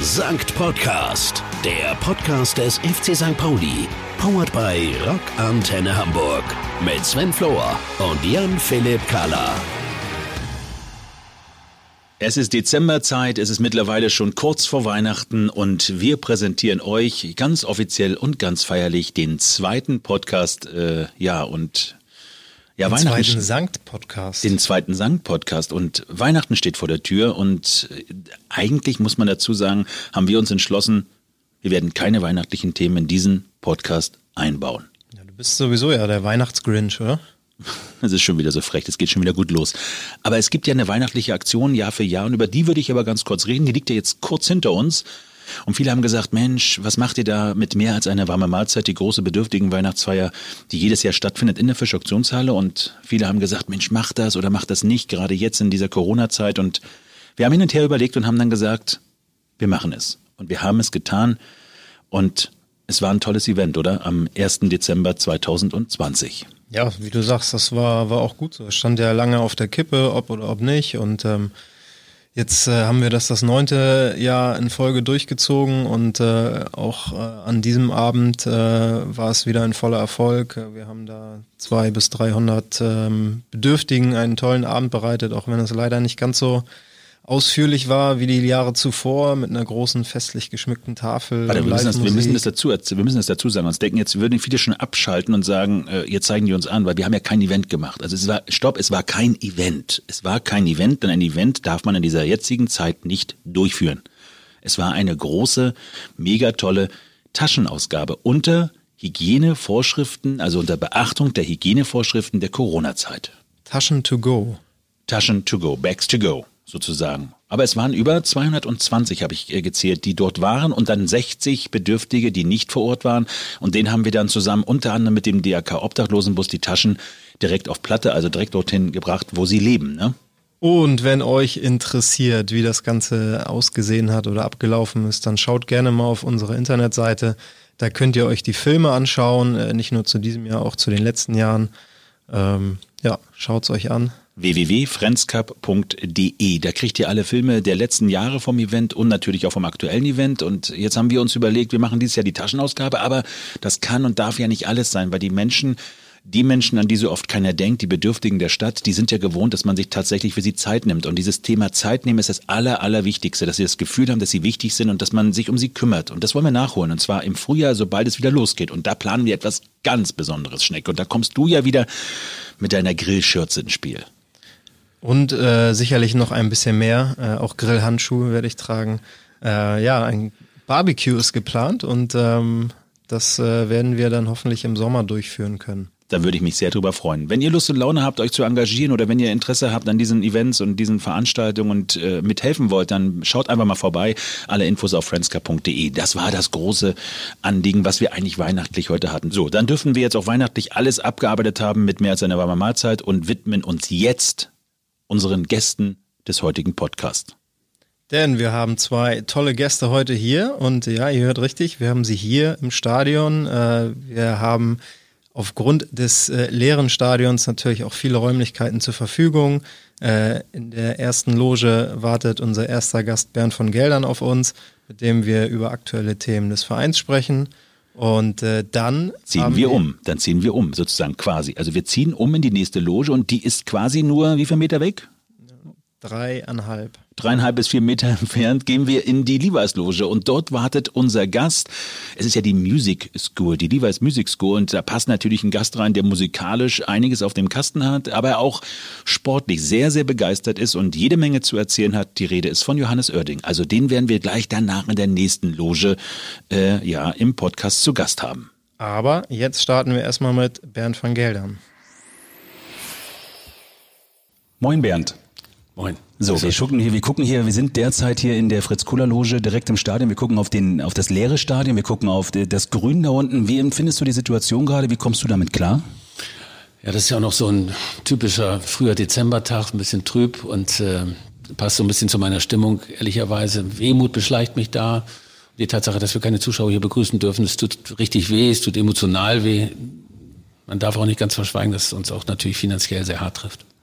Sankt Podcast, der Podcast des FC St. Pauli, powered by Rock Antenne Hamburg mit Sven Flohr und Jan-Philipp Kahler. Es ist Dezemberzeit, es ist mittlerweile schon kurz vor Weihnachten und wir präsentieren euch ganz offiziell und ganz feierlich den zweiten Podcast, Weihnachten. Zweiten Sankt-Podcast. Den zweiten Sankt-Podcast und Weihnachten steht vor der Tür und eigentlich muss man dazu sagen, haben wir uns entschlossen, wir werden keine weihnachtlichen Themen in diesen Podcast einbauen. Ja, du bist sowieso ja der Weihnachtsgrinch, oder? Das ist schon wieder so frech, das geht schon wieder gut los. Aber es gibt ja eine weihnachtliche Aktion Jahr für Jahr und über die würde ich aber ganz kurz reden. Die liegt ja jetzt kurz hinter uns. Und viele haben gesagt, Mensch, was macht ihr da mit mehr als einer warme Mahlzeit, die große bedürftigen Weihnachtsfeier, die jedes Jahr stattfindet in der Fischauktionshalle? Und viele haben gesagt, Mensch, mach das oder mach das nicht, gerade jetzt in dieser Corona-Zeit. Und wir haben hin und her überlegt und haben dann gesagt, wir machen es. Und wir haben es getan und es war ein tolles Event, oder? Am 1. Dezember 2020. Ja, wie du sagst, das war auch gut so. Es stand ja lange auf der Kippe, ob oder ob nicht. Und jetzt haben wir das 9. Jahr in Folge durchgezogen und auch an diesem Abend war es wieder ein voller Erfolg. Wir haben da 200 bis 300 Bedürftigen einen tollen Abend bereitet, auch wenn es leider nicht ganz so ausführlich war wie die Jahre zuvor mit einer großen festlich geschmückten Tafel. Warte, wir müssen das dazu sagen. Sonst denken jetzt, würden viele schon abschalten und sagen, jetzt zeigen die uns an, weil wir haben ja kein Event gemacht. Also es war kein Event. Es war kein Event, denn ein Event darf man in dieser jetzigen Zeit nicht durchführen. Es war eine große, mega tolle Taschenausgabe unter Hygienevorschriften, also unter Beachtung der Hygienevorschriften der Corona-Zeit. Taschen to go, Bags to go. Sozusagen. Aber es waren über 220, habe ich gezählt, die dort waren und dann 60 Bedürftige, die nicht vor Ort waren. Und denen haben wir dann zusammen unter anderem mit dem DRK Obdachlosenbus die Taschen direkt auf Platte, also direkt dorthin gebracht, wo sie leben, ne? Und wenn euch interessiert, wie das Ganze ausgesehen hat oder abgelaufen ist, dann schaut gerne mal auf unsere Internetseite. Da könnt ihr euch die Filme anschauen, nicht nur zu diesem Jahr, auch zu den letzten Jahren. Schaut's euch an. www.friendscup.de. Da kriegt ihr alle Filme der letzten Jahre vom Event und natürlich auch vom aktuellen Event. Und jetzt haben wir uns überlegt, wir machen dieses Jahr die Taschenausgabe, aber das kann und darf ja nicht alles sein, weil die Menschen, an die so oft keiner denkt, die Bedürftigen der Stadt, die sind ja gewohnt, dass man sich tatsächlich für sie Zeit nimmt. Und dieses Thema Zeit nehmen ist das Allerwichtigste, dass sie das Gefühl haben, dass sie wichtig sind und dass man sich um sie kümmert. Und das wollen wir nachholen. Und zwar im Frühjahr, sobald es wieder losgeht. Und da planen wir etwas ganz Besonderes, Schneck. Und da kommst du ja wieder mit deiner Grillschürze ins Spiel. Und sicherlich noch ein bisschen mehr, auch Grillhandschuhe werde ich tragen. Ein Barbecue ist geplant und das werden wir dann hoffentlich im Sommer durchführen können. Da würde ich mich sehr drüber freuen. Wenn ihr Lust und Laune habt, euch zu engagieren oder wenn ihr Interesse habt an diesen Events und diesen Veranstaltungen und mithelfen wollt, dann schaut einfach mal vorbei. Alle Infos auf friendscup.de. Das war das große Anliegen, was wir eigentlich weihnachtlich heute hatten. So, dann dürfen wir jetzt auch weihnachtlich alles abgearbeitet haben mit mehr als einer warmen Mahlzeit und widmen uns jetzt unseren Gästen des heutigen Podcasts. Denn wir haben 2 tolle Gäste heute hier und ja, ihr hört richtig, wir haben sie hier im Stadion. Wir haben aufgrund des leeren Stadions natürlich auch viele Räumlichkeiten zur Verfügung. In der ersten Loge wartet unser erster Gast Bernd von Geldern auf uns, mit dem wir über aktuelle Themen des Vereins sprechen. Und dann ziehen wir um, sozusagen quasi. Also wir ziehen um in die nächste Loge und die ist quasi nur wie viele Meter weg? 3,5. 3,5 bis 4 Meter entfernt gehen wir in die Levi's-Loge und dort wartet unser Gast. Es ist ja die Music School, die Levi's Music School und da passt natürlich ein Gast rein, der musikalisch einiges auf dem Kasten hat, aber auch sportlich sehr, sehr begeistert ist und jede Menge zu erzählen hat. Die Rede ist von Johannes Oerding. Also den werden wir gleich danach in der nächsten Loge im Podcast zu Gast haben. Aber jetzt starten wir erstmal mit Bernd von Geldern. Moin Bernd. Moin. So, wir gucken hier, wir sind derzeit hier in der Fritz-Kohler-Loge direkt im Stadion. Wir gucken auf das leere Stadion, wir gucken auf das Grün da unten. Wie empfindest du die Situation gerade? Wie kommst du damit klar? Ja, das ist ja auch noch so ein typischer früher Dezembertag, ein bisschen trüb und passt so ein bisschen zu meiner Stimmung, ehrlicherweise. Wehmut beschleicht mich da. Die Tatsache, dass wir keine Zuschauer hier begrüßen dürfen, es tut richtig weh, es tut emotional weh. Man darf auch nicht ganz verschweigen, dass es uns auch natürlich finanziell sehr hart trifft.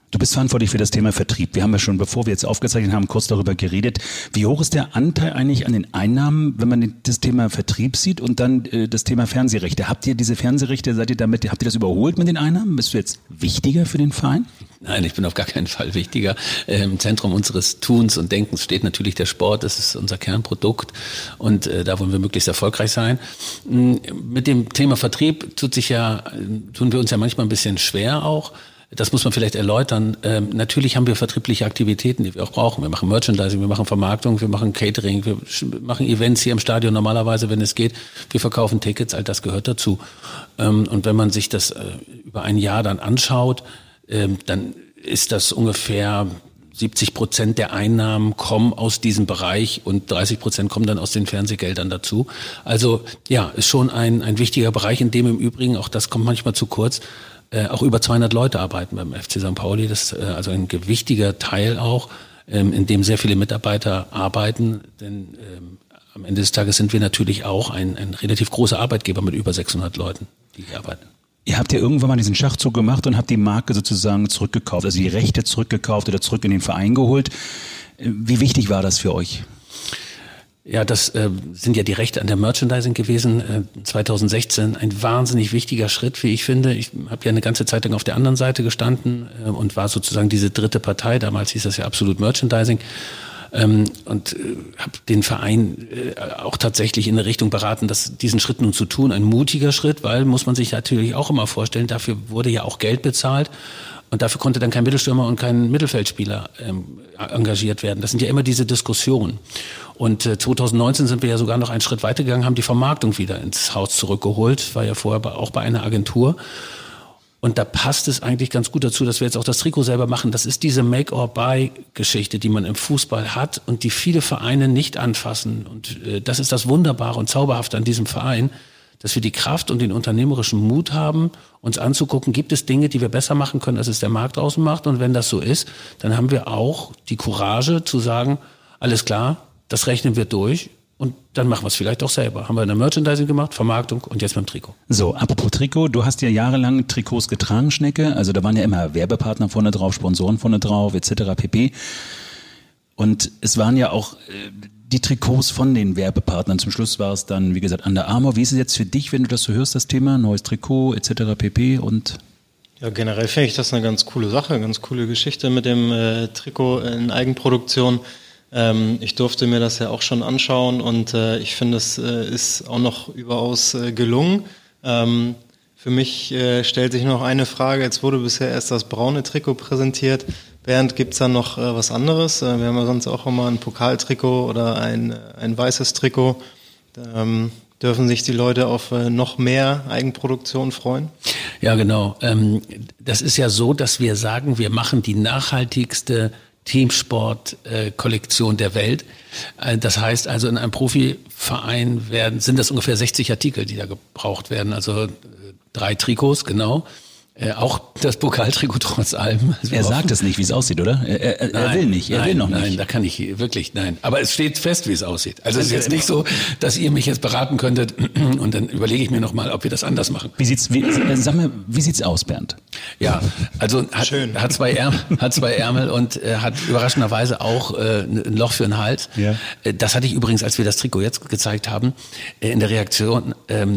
Du bist verantwortlich für das Thema Vertrieb. Wir haben ja schon, bevor wir jetzt aufgezeichnet haben, kurz darüber geredet. Wie hoch ist der Anteil eigentlich an den Einnahmen, wenn man das Thema Vertrieb sieht und dann das Thema Fernsehrechte? Habt ihr diese Fernsehrechte, habt ihr das überholt mit den Einnahmen? Bist du jetzt wichtiger für den Verein? Nein, ich bin auf gar keinen Fall wichtiger. Im Zentrum unseres Tuns und Denkens steht natürlich der Sport. Das ist unser Kernprodukt und da wollen wir möglichst erfolgreich sein. Mit dem Thema Vertrieb tun wir uns ja manchmal ein bisschen schwer auch. Das muss man vielleicht erläutern. Natürlich haben wir vertriebliche Aktivitäten, die wir auch brauchen. Wir machen Merchandising, wir machen Vermarktung, wir machen Catering, wir machen Events hier im Stadion normalerweise, wenn es geht. Wir verkaufen Tickets, all das gehört dazu. Und wenn man sich das über ein Jahr dann anschaut, dann ist das ungefähr 70% der Einnahmen kommen aus diesem Bereich und 30% kommen dann aus den Fernsehgeldern dazu. Also ja, ist schon ein wichtiger Bereich, in dem im Übrigen, auch das kommt manchmal zu kurz, auch über 200 Leute arbeiten beim FC St. Pauli. Das ist also ein gewichtiger Teil auch, in dem sehr viele Mitarbeiter arbeiten. Denn am Ende des Tages sind wir natürlich auch ein relativ großer Arbeitgeber mit über 600 Leuten, die hier arbeiten. Ihr habt ja irgendwann mal diesen Schachzug gemacht und habt die Marke sozusagen zurückgekauft, also die Rechte zurückgekauft oder zurück in den Verein geholt. Wie wichtig war das für euch? Ja, das sind ja die Rechte an der Merchandising gewesen. 2016 ein wahnsinnig wichtiger Schritt, wie ich finde. Ich habe ja eine ganze Zeit lang auf der anderen Seite gestanden und war sozusagen diese dritte Partei. Damals hieß das ja Absolut Merchandising. Und habe den Verein auch tatsächlich in eine Richtung beraten, diesen Schritt nun zu tun. Ein mutiger Schritt, weil, muss man sich natürlich auch immer vorstellen, dafür wurde ja auch Geld bezahlt. Und dafür konnte dann kein Mittelstürmer und kein Mittelfeldspieler engagiert werden. Das sind ja immer diese Diskussionen. Und 2019 sind wir ja sogar noch einen Schritt weitergegangen, haben die Vermarktung wieder ins Haus zurückgeholt. War ja vorher auch bei einer Agentur. Und da passt es eigentlich ganz gut dazu, dass wir jetzt auch das Trikot selber machen. Das ist diese Make-or-Buy-Geschichte, die man im Fußball hat und die viele Vereine nicht anfassen. Und das ist das Wunderbare und Zauberhafte an diesem Verein, dass wir die Kraft und den unternehmerischen Mut haben, uns anzugucken, gibt es Dinge, die wir besser machen können, als es der Markt draußen macht. Und wenn das so ist, dann haben wir auch die Courage zu sagen, alles klar, das rechnen wir durch. Und dann machen wir es vielleicht auch selber. Haben wir in der Merchandising gemacht, Vermarktung und jetzt beim Trikot. So, apropos Trikot, du hast ja jahrelang Trikots getragen, Schnecke. Also da waren ja immer Werbepartner vorne drauf, Sponsoren vorne drauf, etc. pp. Und es waren ja auch die Trikots von den Werbepartnern. Zum Schluss war es dann, wie gesagt, Under Armour. Wie ist es jetzt für dich, wenn du das so hörst, das Thema? Neues Trikot, etc. pp. Und ja, generell finde ich das eine ganz coole Sache, ganz coole Geschichte mit dem Trikot in Eigenproduktion. Ich durfte mir das ja auch schon anschauen und ich finde, es ist auch noch überaus gelungen. Für mich stellt sich noch eine Frage. Jetzt wurde bisher erst das braune Trikot präsentiert. Bernd, gibt's da noch was anderes? Wir haben ja sonst auch immer ein Pokaltrikot oder ein weißes Trikot. Dürfen sich die Leute auf noch mehr Eigenproduktion freuen? Ja, genau. Das ist ja so, dass wir sagen, wir machen die nachhaltigste Teamsport-Kollektion der Welt. Das heißt also, in einem Profiverein sind das ungefähr 60 Artikel, die da gebraucht werden. Also 3 Trikots, genau. Auch das Pokaltrikot trotz allem. Also er sagt es nicht, wie es aussieht, oder? Er will nicht, er will noch nicht. Nein, da kann ich wirklich, nein. Aber es steht fest, wie es aussieht. Also es ist jetzt nicht so, dass ihr mich jetzt beraten könntet und dann überlege ich mir nochmal, ob wir das anders machen. Wie sieht's aus, Bernd? Ja, also hat zwei Ärmel und hat überraschenderweise auch ein Loch für den Hals. Ja. Das hatte ich übrigens, als wir das Trikot jetzt gezeigt haben, in der Reaktion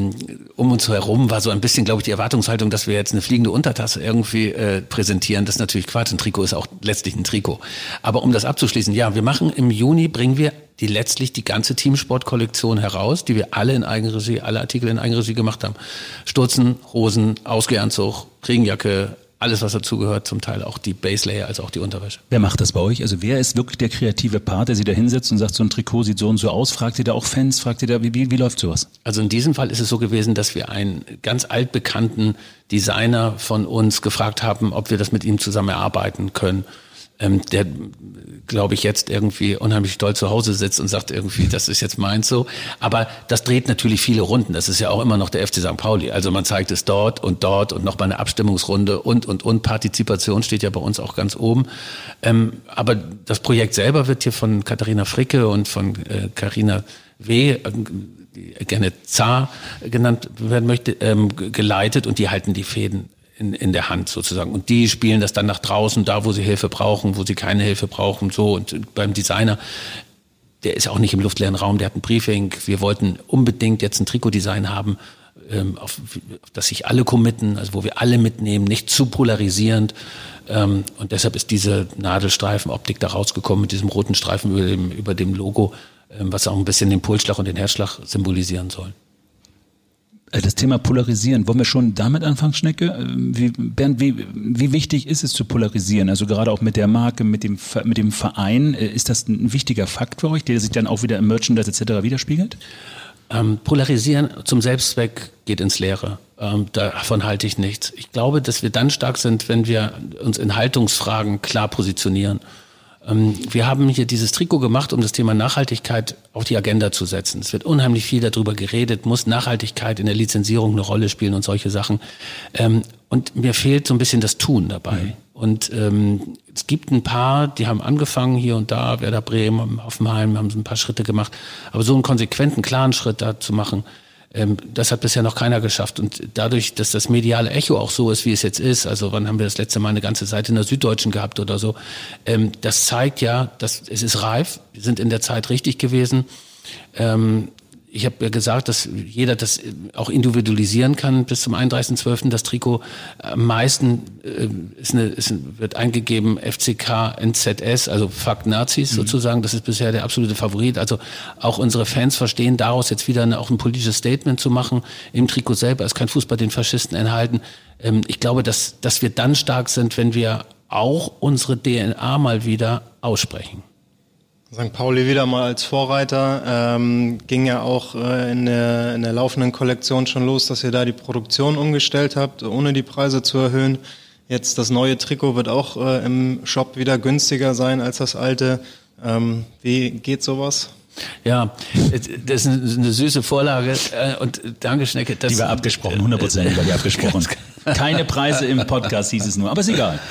um uns herum war so ein bisschen, glaube ich, die Erwartungshaltung, dass wir jetzt eine fliegende Untertasse irgendwie präsentieren. Das ist natürlich Quatsch. Ein Trikot ist auch letztlich ein Trikot. Aber um das abzuschließen, ja, wir machen im Juni, bringen wir letztlich die ganze Teamsport-Kollektion heraus, die wir alle Artikel in Eigenregie gemacht haben. Stutzen, Hosen, Ausgehandzug, Regenjacke, alles, was dazugehört, zum Teil auch die Baselayer, als auch die Unterwäsche. Wer macht das bei euch? Also wer ist wirklich der kreative Part, der sich da hinsetzt und sagt, so ein Trikot sieht so und so aus? Fragt ihr da auch Fans? Fragt ihr da, wie läuft sowas? Also in diesem Fall ist es so gewesen, dass wir einen ganz altbekannten Designer von uns gefragt haben, ob wir das mit ihm zusammen erarbeiten können. Der, glaube ich, jetzt irgendwie unheimlich stolz zu Hause sitzt und sagt irgendwie, das ist jetzt meins so. Aber das dreht natürlich viele Runden. Das ist ja auch immer noch der FC St. Pauli. Also man zeigt es dort und noch mal eine Abstimmungsrunde und Partizipation steht ja bei uns auch ganz oben. Aber das Projekt selber wird hier von Katharina Fricke und von Carina W., die gerne Zar genannt werden möchte, geleitet und die halten die Fäden in der Hand sozusagen. Und die spielen das dann nach draußen, da wo sie Hilfe brauchen, wo sie keine Hilfe brauchen, so. Und beim Designer, der ist auch nicht im luftleeren Raum, der hat ein Briefing. Wir wollten unbedingt jetzt ein Trikotdesign haben, auf das sich alle committen, also wo wir alle mitnehmen, nicht zu polarisierend. Und deshalb ist diese Nadelstreifenoptik da rausgekommen mit diesem roten Streifen über dem Logo, was auch ein bisschen den Pulsschlag und den Herzschlag symbolisieren soll. Das Thema Polarisieren, wollen wir schon damit anfangen, Schnecke? Bernd, wie wichtig ist es zu polarisieren? Also gerade auch mit der Marke, mit dem Verein, ist das ein wichtiger Fakt für euch, der sich dann auch wieder im Merchandise etc. widerspiegelt? Polarisieren zum Selbstzweck geht ins Leere. Davon halte ich nichts. Ich glaube, dass wir dann stark sind, wenn wir uns in Haltungsfragen klar positionieren. Wir haben hier dieses Trikot gemacht, um das Thema Nachhaltigkeit auf die Agenda zu setzen. Es wird unheimlich viel darüber geredet, muss Nachhaltigkeit in der Lizenzierung eine Rolle spielen und solche Sachen. Und mir fehlt so ein bisschen das Tun dabei. Mhm. Und es gibt ein paar, die haben angefangen hier und da, Werder Bremen, Hoffenheim, haben so ein paar Schritte gemacht. Aber so einen konsequenten, klaren Schritt da zu machen, das hat bisher noch keiner geschafft. Und dadurch, dass das mediale Echo auch so ist, wie es jetzt ist, also wann haben wir das letzte Mal eine ganze Seite in der Süddeutschen gehabt oder so, das zeigt ja, dass es ist reif, wir sind in der Zeit richtig gewesen. Ich habe ja gesagt, dass jeder das auch individualisieren kann bis zum 31.12. Das Trikot am meisten wird eingegeben FCK NZS, also Fuck Nazis sozusagen. Das ist bisher der absolute Favorit. Also auch unsere Fans verstehen daraus jetzt wieder auch ein politisches Statement zu machen. Im Trikot selber ist kein Fußball den Faschisten enthalten. Ich glaube, dass wir dann stark sind, wenn wir auch unsere DNA mal wieder aussprechen. St. Pauli wieder mal als Vorreiter, ging ja auch in der laufenden Kollektion schon los, dass ihr da die Produktion umgestellt habt, ohne die Preise zu erhöhen. Jetzt das neue Trikot wird auch im Shop wieder günstiger sein als das alte. Wie geht sowas? Ja, das ist eine süße Vorlage und danke Schnecke. Die war abgesprochen, 100% war die abgesprochen. Keine Preise im Podcast hieß es nur, aber ist egal.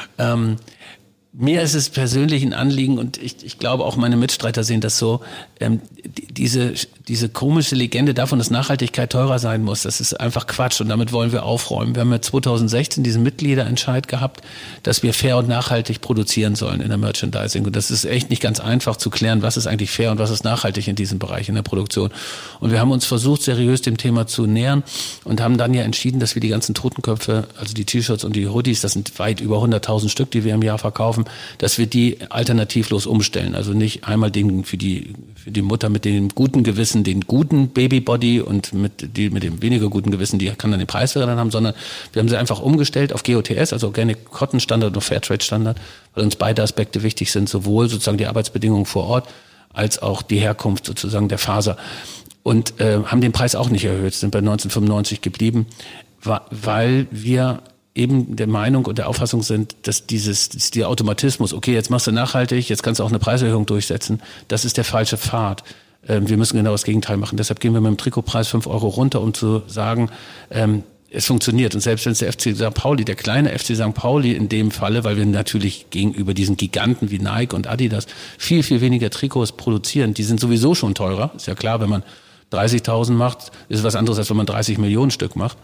Mir ist es persönlich ein Anliegen und ich glaube auch meine Mitstreiter sehen das so, diese komische Legende davon, dass Nachhaltigkeit teurer sein muss, das ist einfach Quatsch und damit wollen wir aufräumen. Wir haben ja 2016 diesen Mitgliederentscheid gehabt, dass wir fair und nachhaltig produzieren sollen in der Merchandising und das ist echt nicht ganz einfach zu klären, was ist eigentlich fair und was ist nachhaltig in diesem Bereich in der Produktion. Und wir haben uns versucht, seriös dem Thema zu nähern und haben dann ja entschieden, dass wir die ganzen Totenköpfe, also die T-Shirts und die Hoodies, das sind weit über 100.000 Stück, die wir im Jahr verkaufen, dass wir die alternativlos umstellen. Also nicht einmal den für die Mutter mit dem guten Gewissen, den guten Babybody und mit dem weniger guten Gewissen, die kann dann den Preis dann haben, sondern wir haben sie einfach umgestellt auf GOTS, also Organic Cotton Standard und Fairtrade Standard, weil uns beide Aspekte wichtig sind, sowohl sozusagen die Arbeitsbedingungen vor Ort als auch die Herkunft sozusagen der Faser. Und haben den Preis auch nicht erhöht, sind bei 19,95 geblieben, weil wir eben der Meinung und der Auffassung sind, dass der Automatismus, okay, jetzt machst du nachhaltig, jetzt kannst du auch eine Preiserhöhung durchsetzen, das ist der falsche Pfad. Wir müssen genau das Gegenteil machen. Deshalb gehen wir mit dem Trikotpreis 5 € runter, um zu sagen, es funktioniert. Und selbst wenn es der FC St. Pauli, der kleine FC St. Pauli in dem Falle, weil wir natürlich gegenüber diesen Giganten wie Nike und Adidas viel, viel weniger Trikots produzieren, die sind sowieso schon teurer. Ist ja klar, wenn man 30.000 macht, ist es was anderes, als wenn man 30 Millionen Stück macht.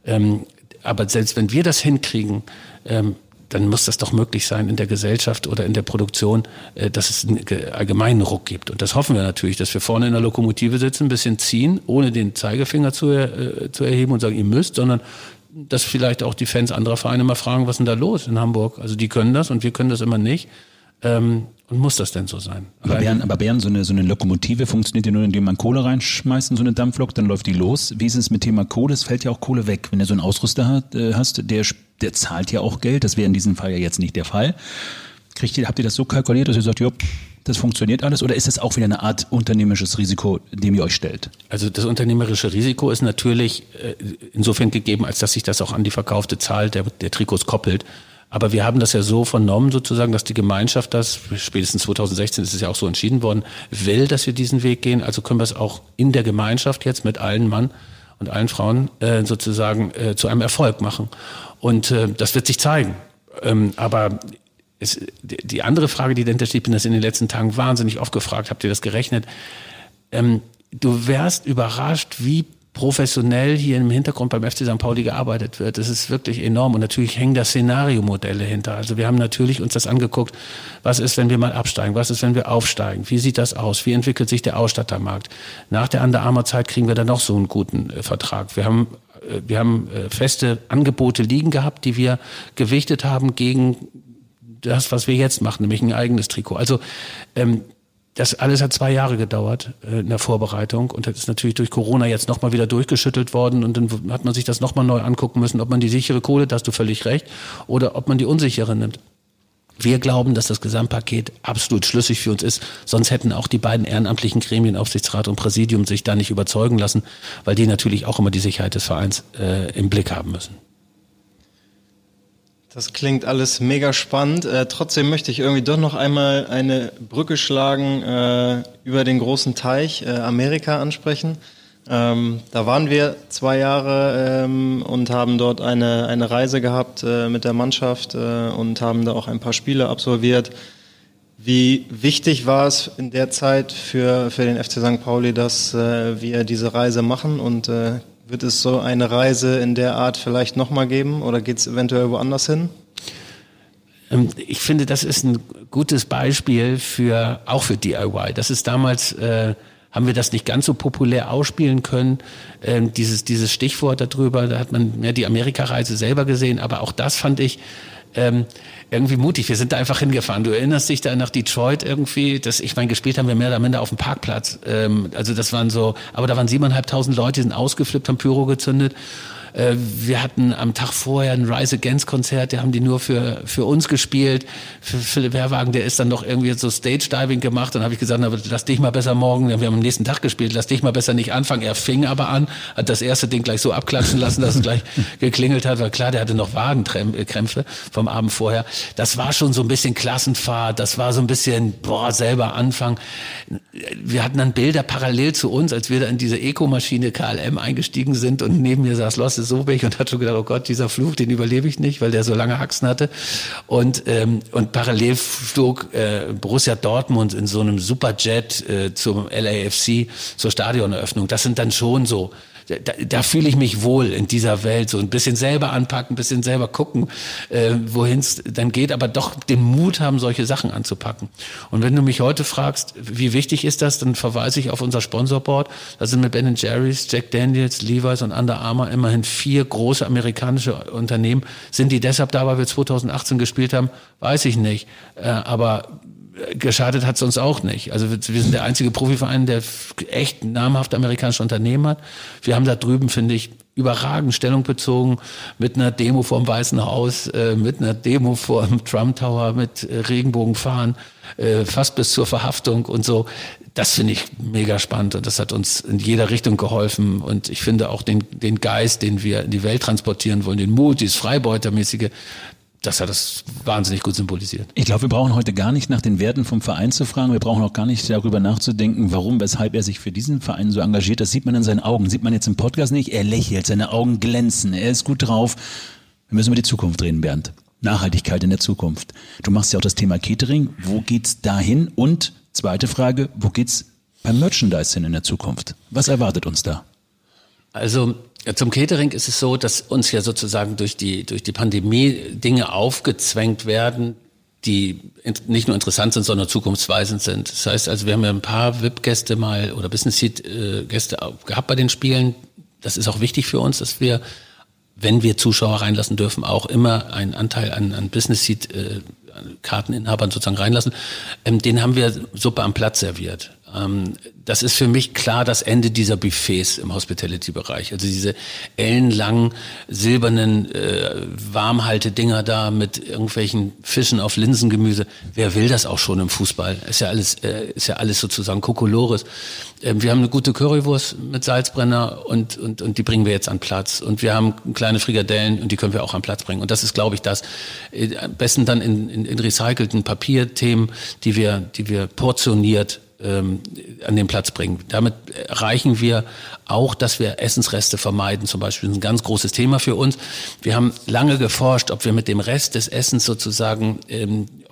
Aber selbst wenn wir das hinkriegen, dann muss das doch möglich sein in der Gesellschaft oder in der Produktion, dass es einen allgemeinen Ruck gibt. Und das hoffen wir natürlich, dass wir vorne in der Lokomotive sitzen, ein bisschen ziehen, ohne den Zeigefinger zu erheben und sagen, ihr müsst, sondern dass vielleicht auch die Fans anderer Vereine mal fragen, was ist denn da los in Hamburg? Also die können das und wir können das immer nicht. Und muss das denn so sein? Aber Bernd, so eine Lokomotive funktioniert ja nur, indem man Kohle reinschmeißt in so eine Dampflok, dann läuft die los. Wie ist es mit Thema Kohle? Es fällt ja auch Kohle weg. Wenn du so einen Ausrüster hast, der zahlt ja auch Geld. Das wäre in diesem Fall ja jetzt nicht der Fall. Habt ihr das so kalkuliert, dass ihr sagt, das funktioniert alles? Oder ist das auch wieder eine Art unternehmerisches Risiko, dem ihr euch stellt? Also das unternehmerische Risiko ist natürlich insofern gegeben, als dass sich das auch an die verkaufte Zahl der Trikots koppelt. Aber wir haben das ja so vernommen sozusagen, dass die Gemeinschaft das, spätestens 2016 ist es ja auch so entschieden worden, will, dass wir diesen Weg gehen. Also können wir es auch in der Gemeinschaft jetzt mit allen Mann und allen Frauen sozusagen zu einem Erfolg machen. Und das wird sich zeigen. Aber die andere Frage, die dahinter steht, ich bin das in den letzten Tagen wahnsinnig oft gefragt, habt ihr das gerechnet? Du wärst überrascht, wie professionell hier im Hintergrund beim FC St. Pauli gearbeitet wird. Das ist wirklich enorm. Und natürlich hängen da Szenariomodelle hinter. Also wir haben natürlich uns das angeguckt, was ist, wenn wir mal absteigen? Was ist, wenn wir aufsteigen? Wie sieht das aus? Wie entwickelt sich der Ausstattermarkt? Nach der Under Armour Zeit kriegen wir dann noch so einen guten Vertrag. Wir haben feste Angebote liegen gehabt, die wir gewichtet haben gegen das, was wir jetzt machen, nämlich ein eigenes Trikot. Also das alles hat 2 Jahre gedauert in der Vorbereitung und das ist natürlich durch Corona jetzt nochmal wieder durchgeschüttelt worden und dann hat man sich das nochmal neu angucken müssen, ob man die sichere Kohle, da hast du völlig recht, oder ob man die unsichere nimmt. Wir glauben, dass das Gesamtpaket absolut schlüssig für uns ist. Sonst hätten auch die beiden ehrenamtlichen Gremien, Aufsichtsrat und Präsidium, sich da nicht überzeugen lassen, weil die natürlich auch immer die Sicherheit des Vereins im Blick haben müssen. Das klingt alles mega spannend. Trotzdem möchte ich irgendwie doch noch einmal eine Brücke schlagen über den großen Teich Amerika ansprechen. Da waren wir 2 Jahre und haben dort eine Reise gehabt mit der Mannschaft und haben da auch ein paar Spiele absolviert. Wie wichtig war es in der Zeit für den FC St. Pauli, dass wir diese Reise machen und wird es so eine Reise in der Art vielleicht nochmal geben oder geht es eventuell woanders hin? Ich finde, das ist ein gutes Beispiel auch für DIY. Das ist damals, haben wir das nicht ganz so populär ausspielen können. Dieses Stichwort darüber, da hat man mehr die Amerika-Reise selber gesehen, aber auch das fand ich irgendwie mutig. Wir sind da einfach hingefahren. Du erinnerst dich da nach Detroit irgendwie, ich meine, gespielt haben wir mehr oder minder auf dem Parkplatz. Also das waren so, aber da waren 7.500 Leute, die sind ausgeflippt, haben Pyro gezündet. Wir hatten am Tag vorher ein Rise Against Konzert, haben die nur für uns gespielt. Für Philipp Herrwagen, der ist dann noch irgendwie so Stage Diving gemacht. Dann habe ich gesagt, aber lass dich mal besser morgen, wir haben am nächsten Tag gespielt, lass dich mal besser nicht anfangen. Er fing aber an, hat das erste Ding gleich so abklatschen lassen, dass es gleich geklingelt hat, weil klar, der hatte noch Wagenkrämpfe vom Abend vorher. Das war schon so ein bisschen Klassenfahrt, das war so ein bisschen, selber anfangen. Wir hatten dann Bilder parallel zu uns, als wir da in diese Eco-Maschine KLM eingestiegen sind und neben mir saß Losse Sobich und hat schon gedacht, oh Gott, dieser Flug, den überlebe ich nicht, weil der so lange Haxen hatte. Und parallel flog Borussia Dortmund in so einem Superjet zum LAFC zur Stadioneröffnung. Das sind dann schon so, da fühle ich mich wohl in dieser Welt, so ein bisschen selber anpacken, ein bisschen selber gucken, wohin es dann geht, aber doch den Mut haben, solche Sachen anzupacken. Und wenn du mich heute fragst, wie wichtig ist das, dann verweise ich auf unser Sponsorboard. Da sind mit Ben & Jerry's, Jack Daniels, Levi's und Under Armour immerhin 4 große amerikanische Unternehmen. Sind die deshalb da, weil wir 2018 gespielt haben? Weiß ich nicht. Aber geschadet hat es uns auch nicht. Also wir sind der einzige Profiverein, der echt namhafte amerikanische Unternehmen hat. Wir haben da drüben, finde ich, überragend Stellung bezogen mit einer Demo vorm Weißen Haus, mit einer Demo vor dem Trump Tower, mit Regenbogenfahren, fast bis zur Verhaftung und so. Das finde ich mega spannend und das hat uns in jeder Richtung geholfen und ich finde auch den Geist, den wir in die Welt transportieren wollen, den Mut, dieses Freibeutermäßige, das hat das wahnsinnig gut symbolisiert. Ich glaube, wir brauchen heute gar nicht nach den Werten vom Verein zu fragen. Wir brauchen auch gar nicht darüber nachzudenken, warum, weshalb er sich für diesen Verein so engagiert. Das sieht man in seinen Augen. Sieht man jetzt im Podcast nicht. Er lächelt, seine Augen glänzen. Er ist gut drauf. Wir müssen über die Zukunft reden, Bernd. Nachhaltigkeit in der Zukunft. Du machst ja auch das Thema Catering. Wo geht's dahin? Und zweite Frage, wo geht's beim Merchandise hin in der Zukunft? Was erwartet uns da? Also zum Catering ist es so, dass uns ja sozusagen durch die Pandemie Dinge aufgezwängt werden, die nicht nur interessant sind, sondern zukunftsweisend sind. Das heißt also, wir haben ja ein paar VIP-Gäste mal oder Business-Seat-Gäste gehabt bei den Spielen. Das ist auch wichtig für uns, dass wir, wenn wir Zuschauer reinlassen dürfen, auch immer einen Anteil an Business-Seat-Karteninhabern sozusagen reinlassen. Den haben wir Suppe am Platz serviert. Das ist für mich klar das Ende dieser Buffets im Hospitality-Bereich. Also diese ellenlangen, silbernen Warmhaltedinger da mit irgendwelchen Fischen auf Linsengemüse. Wer will das auch schon im Fußball? Ist ja alles sozusagen Kokolores. Wir haben eine gute Currywurst mit Salzbrenner und die bringen wir jetzt an Platz. Und wir haben kleine Frikadellen und die können wir auch an Platz bringen. Und das ist, glaube ich, das. Am besten dann in recycelten Papierthemen, die wir portioniert an den Platz bringen. Damit erreichen wir auch, dass wir Essensreste vermeiden. Zum Beispiel ist ein ganz großes Thema für uns. Wir haben lange geforscht, ob wir mit dem Rest des Essens sozusagen,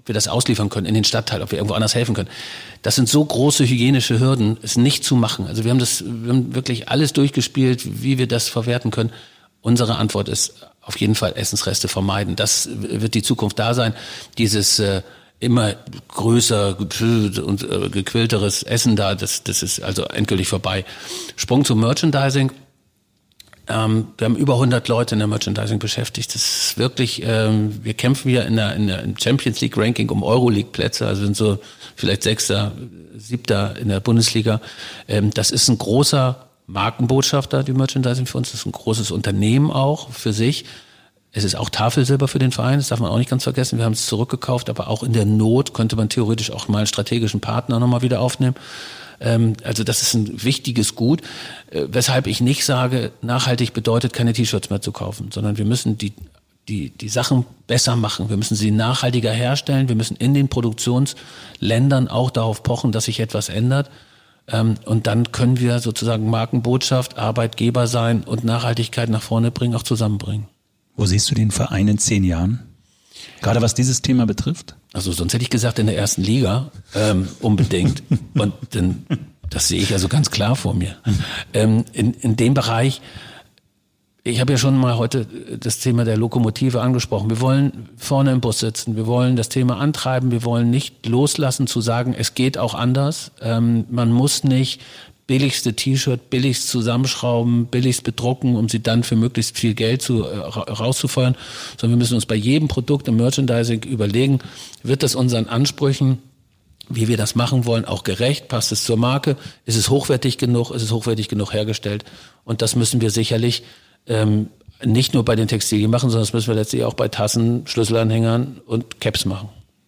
ob wir das ausliefern können in den Stadtteil, ob wir irgendwo anders helfen können. Das sind so große hygienische Hürden, es nicht zu machen. Also wir haben wirklich alles durchgespielt, wie wir das verwerten können. Unsere Antwort ist auf jeden Fall Essensreste vermeiden. Das wird die Zukunft da sein. Dieses immer größer und gequälteres Essen da, das ist also endgültig vorbei. Sprung zum Merchandising. Wir haben über 100 Leute in der Merchandising beschäftigt. Das ist wirklich, wir kämpfen hier im Champions League Ranking um Euroleague-Plätze, also sind so vielleicht 6., 7. in der Bundesliga. Das ist ein großer Markenbotschafter, die Merchandising für uns. Das ist ein großes Unternehmen auch für sich. Es ist auch Tafelsilber für den Verein, das darf man auch nicht ganz vergessen. Wir haben es zurückgekauft, aber auch in der Not könnte man theoretisch auch mal einen strategischen Partner nochmal wieder aufnehmen. Also das ist ein wichtiges Gut, weshalb ich nicht sage, nachhaltig bedeutet, keine T-Shirts mehr zu kaufen, sondern wir müssen die Sachen besser machen. Wir müssen sie nachhaltiger herstellen. Wir müssen in den Produktionsländern auch darauf pochen, dass sich etwas ändert. Und dann können wir sozusagen Markenbotschaft, Arbeitgeber sein und Nachhaltigkeit nach vorne bringen, auch zusammenbringen. Wo siehst du den Verein in 10 Jahren? Gerade was dieses Thema betrifft? Also sonst hätte ich gesagt in der 1. Liga, unbedingt. Und das sehe ich also ganz klar vor mir. In dem Bereich, ich habe ja schon mal heute das Thema der Lokomotive angesprochen. Wir wollen vorne im Bus sitzen, wir wollen das Thema antreiben, wir wollen nicht loslassen zu sagen, es geht auch anders. Man muss nicht billigste T-Shirt, billigst zusammenschrauben, billigst bedrucken, um sie dann für möglichst viel Geld rauszufeuern, sondern wir müssen uns bei jedem Produkt im Merchandising überlegen, wird das unseren Ansprüchen, wie wir das machen wollen, auch gerecht, passt es zur Marke, ist es hochwertig genug hergestellt, und das müssen wir sicherlich nicht nur bei den Textilien machen, sondern das müssen wir letztlich auch bei Tassen, Schlüsselanhängern und Caps machen.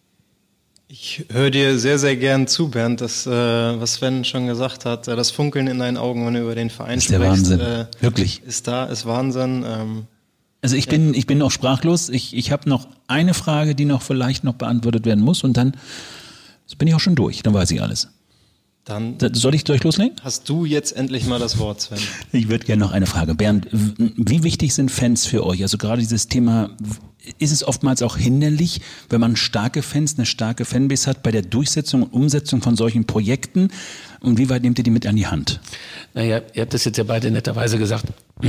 Ich höre dir sehr, sehr gern zu, Bernd, das, was Sven schon gesagt hat, das Funkeln in deinen Augen, wenn du über den Verein sprichst. Das ist der Wahnsinn, wirklich. Ist Wahnsinn. Also ich bin auch sprachlos. Ich habe noch eine Frage, die noch vielleicht noch beantwortet werden muss, und dann bin ich auch schon durch, dann weiß ich alles. Dann soll ich loslegen? Hast du jetzt endlich mal das Wort, Sven? Ich würde gerne noch eine Frage. Bernd, wie wichtig sind Fans für euch? Also gerade dieses Thema, ist es oftmals auch hinderlich, wenn man starke Fans, eine starke Fanbase hat, bei der Durchsetzung und Umsetzung von solchen Projekten? Und wie weit nehmt ihr die mit an die Hand? Naja, ihr habt das jetzt ja beide netterweise gesagt,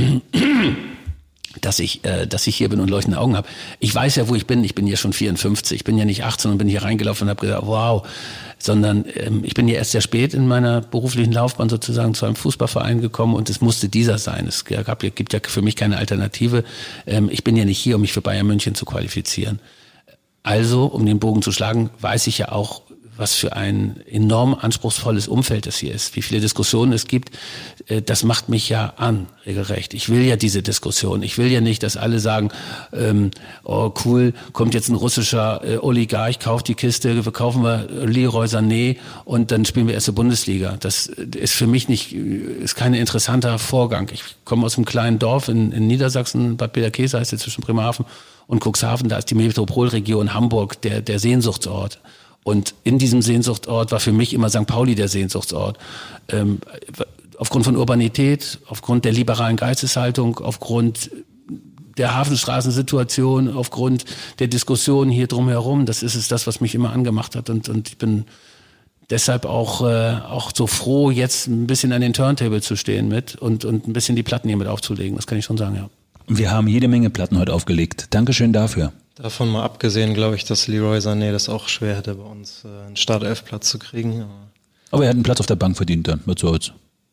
dass ich hier bin und leuchtende Augen habe. Ich weiß ja, wo ich bin. Ich bin ja schon 54. Ich bin ja nicht 18 und bin hier reingelaufen und habe gesagt, wow. Sondern ich bin ja erst sehr spät in meiner beruflichen Laufbahn sozusagen zu einem Fußballverein gekommen, und es musste dieser sein. Es gibt ja für mich keine Alternative. Ich bin ja nicht hier, um mich für Bayern München zu qualifizieren. Also, um den Bogen zu schlagen, weiß ich ja auch, was für ein enorm anspruchsvolles Umfeld es hier ist, wie viele Diskussionen es gibt. Das macht mich ja an, regelrecht. Ich will ja diese Diskussion. Ich will ja nicht, dass alle sagen, oh cool, kommt jetzt ein russischer Oligarch, kauft die Kiste, verkaufen wir Leroy Sané und dann spielen wir erste Bundesliga. Das ist für mich ist kein interessanter Vorgang. Ich komme aus einem kleinen Dorf in Niedersachsen, Bad Bederkesa heißt es, zwischen Bremerhaven und Cuxhaven. Da ist die Metropolregion Hamburg der Sehnsuchtsort. Und in diesem Sehnsuchtsort war für mich immer St. Pauli der Sehnsuchtsort. Aufgrund von Urbanität, aufgrund der liberalen Geisteshaltung, aufgrund der Hafenstraßensituation, aufgrund der Diskussion hier drumherum. Das ist es, was mich immer angemacht hat. Und ich bin deshalb auch so froh, jetzt ein bisschen an den Turntable zu stehen und ein bisschen die Platten hier mit aufzulegen. Das kann ich schon sagen, ja. Wir haben jede Menge Platten heute aufgelegt. Dankeschön dafür. Davon mal abgesehen, glaube ich, dass Leroy Sané das auch schwer hätte, bei uns einen Startelf-Platz zu kriegen. Aber er hat einen Platz auf der Bank verdient dann, was soll's.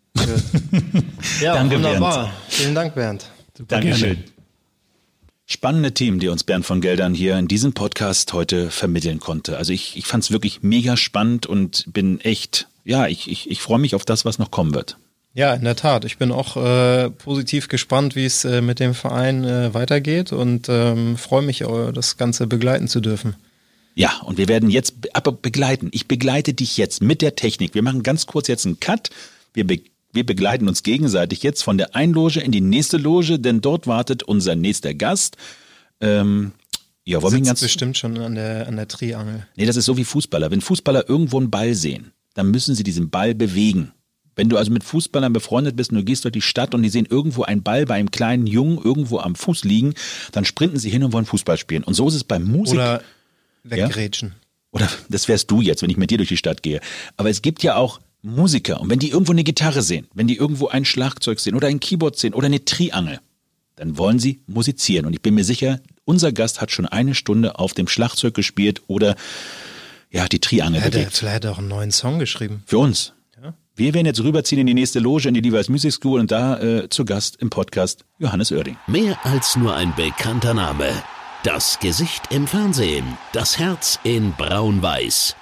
Ja, Danke, wunderbar. Bernd. Vielen Dank, Bernd. Dankeschön. Spannende Themen, die uns Bernd von Geldern hier in diesem Podcast heute vermitteln konnte. Also ich fand es wirklich mega spannend und bin echt, ich freue mich auf das, was noch kommen wird. Ja, in der Tat. Ich bin auch positiv gespannt, wie es mit dem Verein weitergeht, und freue mich, das Ganze begleiten zu dürfen. Ja, und wir werden jetzt begleiten. Ich begleite dich jetzt mit der Technik. Wir machen ganz kurz jetzt einen Cut. Wir begleiten uns gegenseitig jetzt von der einen Loge in die nächste Loge, denn dort wartet unser nächster Gast. Wollen wir bestimmt schon an der Triangel. Nee, das ist so wie Fußballer. Wenn Fußballer irgendwo einen Ball sehen, dann müssen sie diesen Ball bewegen. Wenn du also mit Fußballern befreundet bist und du gehst durch die Stadt und die sehen irgendwo einen Ball bei einem kleinen Jungen irgendwo am Fuß liegen, dann sprinten sie hin und wollen Fußball spielen. Und so ist es beim Musik. Oder weggrätschen. Oder das wärst du jetzt, wenn ich mit dir durch die Stadt gehe. Aber es gibt ja auch Musiker. Und wenn die irgendwo eine Gitarre sehen, wenn die irgendwo ein Schlagzeug sehen oder ein Keyboard sehen oder eine Triangel, dann wollen sie musizieren. Und ich bin mir sicher, unser Gast hat schon 1 Stunde auf dem Schlagzeug gespielt oder ja, die Triangel bewegt. Vielleicht hat er auch einen neuen Song geschrieben. Für uns. Ja. Wir werden jetzt rüberziehen in die nächste Loge, in die Levi's Music School und da zu Gast im Podcast Johannes Oerding. Mehr als nur ein bekannter Name. Das Gesicht im Fernsehen, das Herz in Braun-Weiß.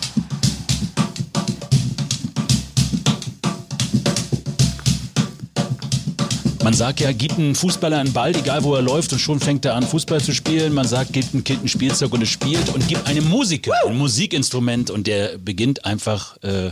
Man sagt ja, gib einem Fußballer einen Ball, egal wo er läuft, und schon fängt er an, Fußball zu spielen. Man sagt, gib einem Kind ein Spielzeug und es spielt. Und gib einem Musiker ein Musikinstrument und der beginnt einfach,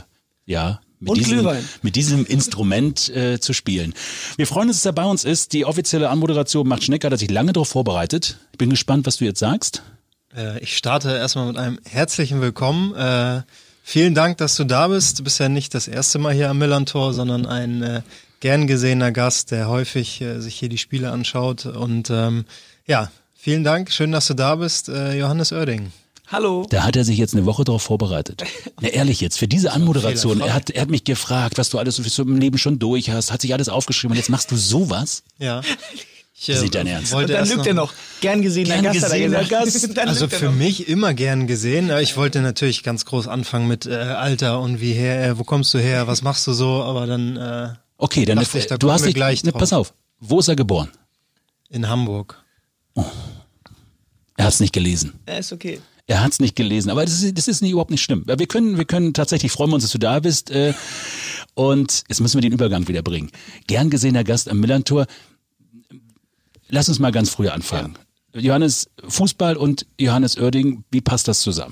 mit diesem Instrument zu spielen. Wir freuen uns, dass er bei uns ist. Die offizielle Anmoderation macht Schnecker, hat sich lange darauf vorbereitet. Ich bin gespannt, was du jetzt sagst. Ich starte erstmal mit einem herzlichen Willkommen. Vielen Dank, dass du da bist. Du bist ja nicht das erste Mal hier am Millerntor, sondern ein gern gesehener Gast, der häufig sich hier die Spiele anschaut. Und vielen Dank. Schön, dass du da bist, Johannes Oerding. Hallo. Da hat er sich jetzt eine Woche darauf vorbereitet. Na ehrlich jetzt, für diese Anmoderation. Er hat mich gefragt, was du alles so im Leben schon durch hast, hat sich alles aufgeschrieben und jetzt machst du sowas? Ja. Sieht dein Ernst. Und dann lügt er noch. Gern gesehener Gast. Also für mich immer gern gesehen. Ich wollte natürlich ganz groß anfangen mit Alter und wo kommst du her, was machst du so, aber dann okay, dann du hast dich gleich drauf. Pass auf, wo ist er geboren? In Hamburg. Oh. Er hat es nicht gelesen. Ist okay. Er hat es nicht gelesen, aber das ist überhaupt nicht schlimm. Wir können tatsächlich, freuen wir uns, dass du da bist. Und jetzt müssen wir den Übergang wieder bringen. Gern gesehener Gast am Millerntor. Lass uns mal ganz früh anfangen. Ja. Johannes, Fußball und Johannes Oerding, wie passt das zusammen?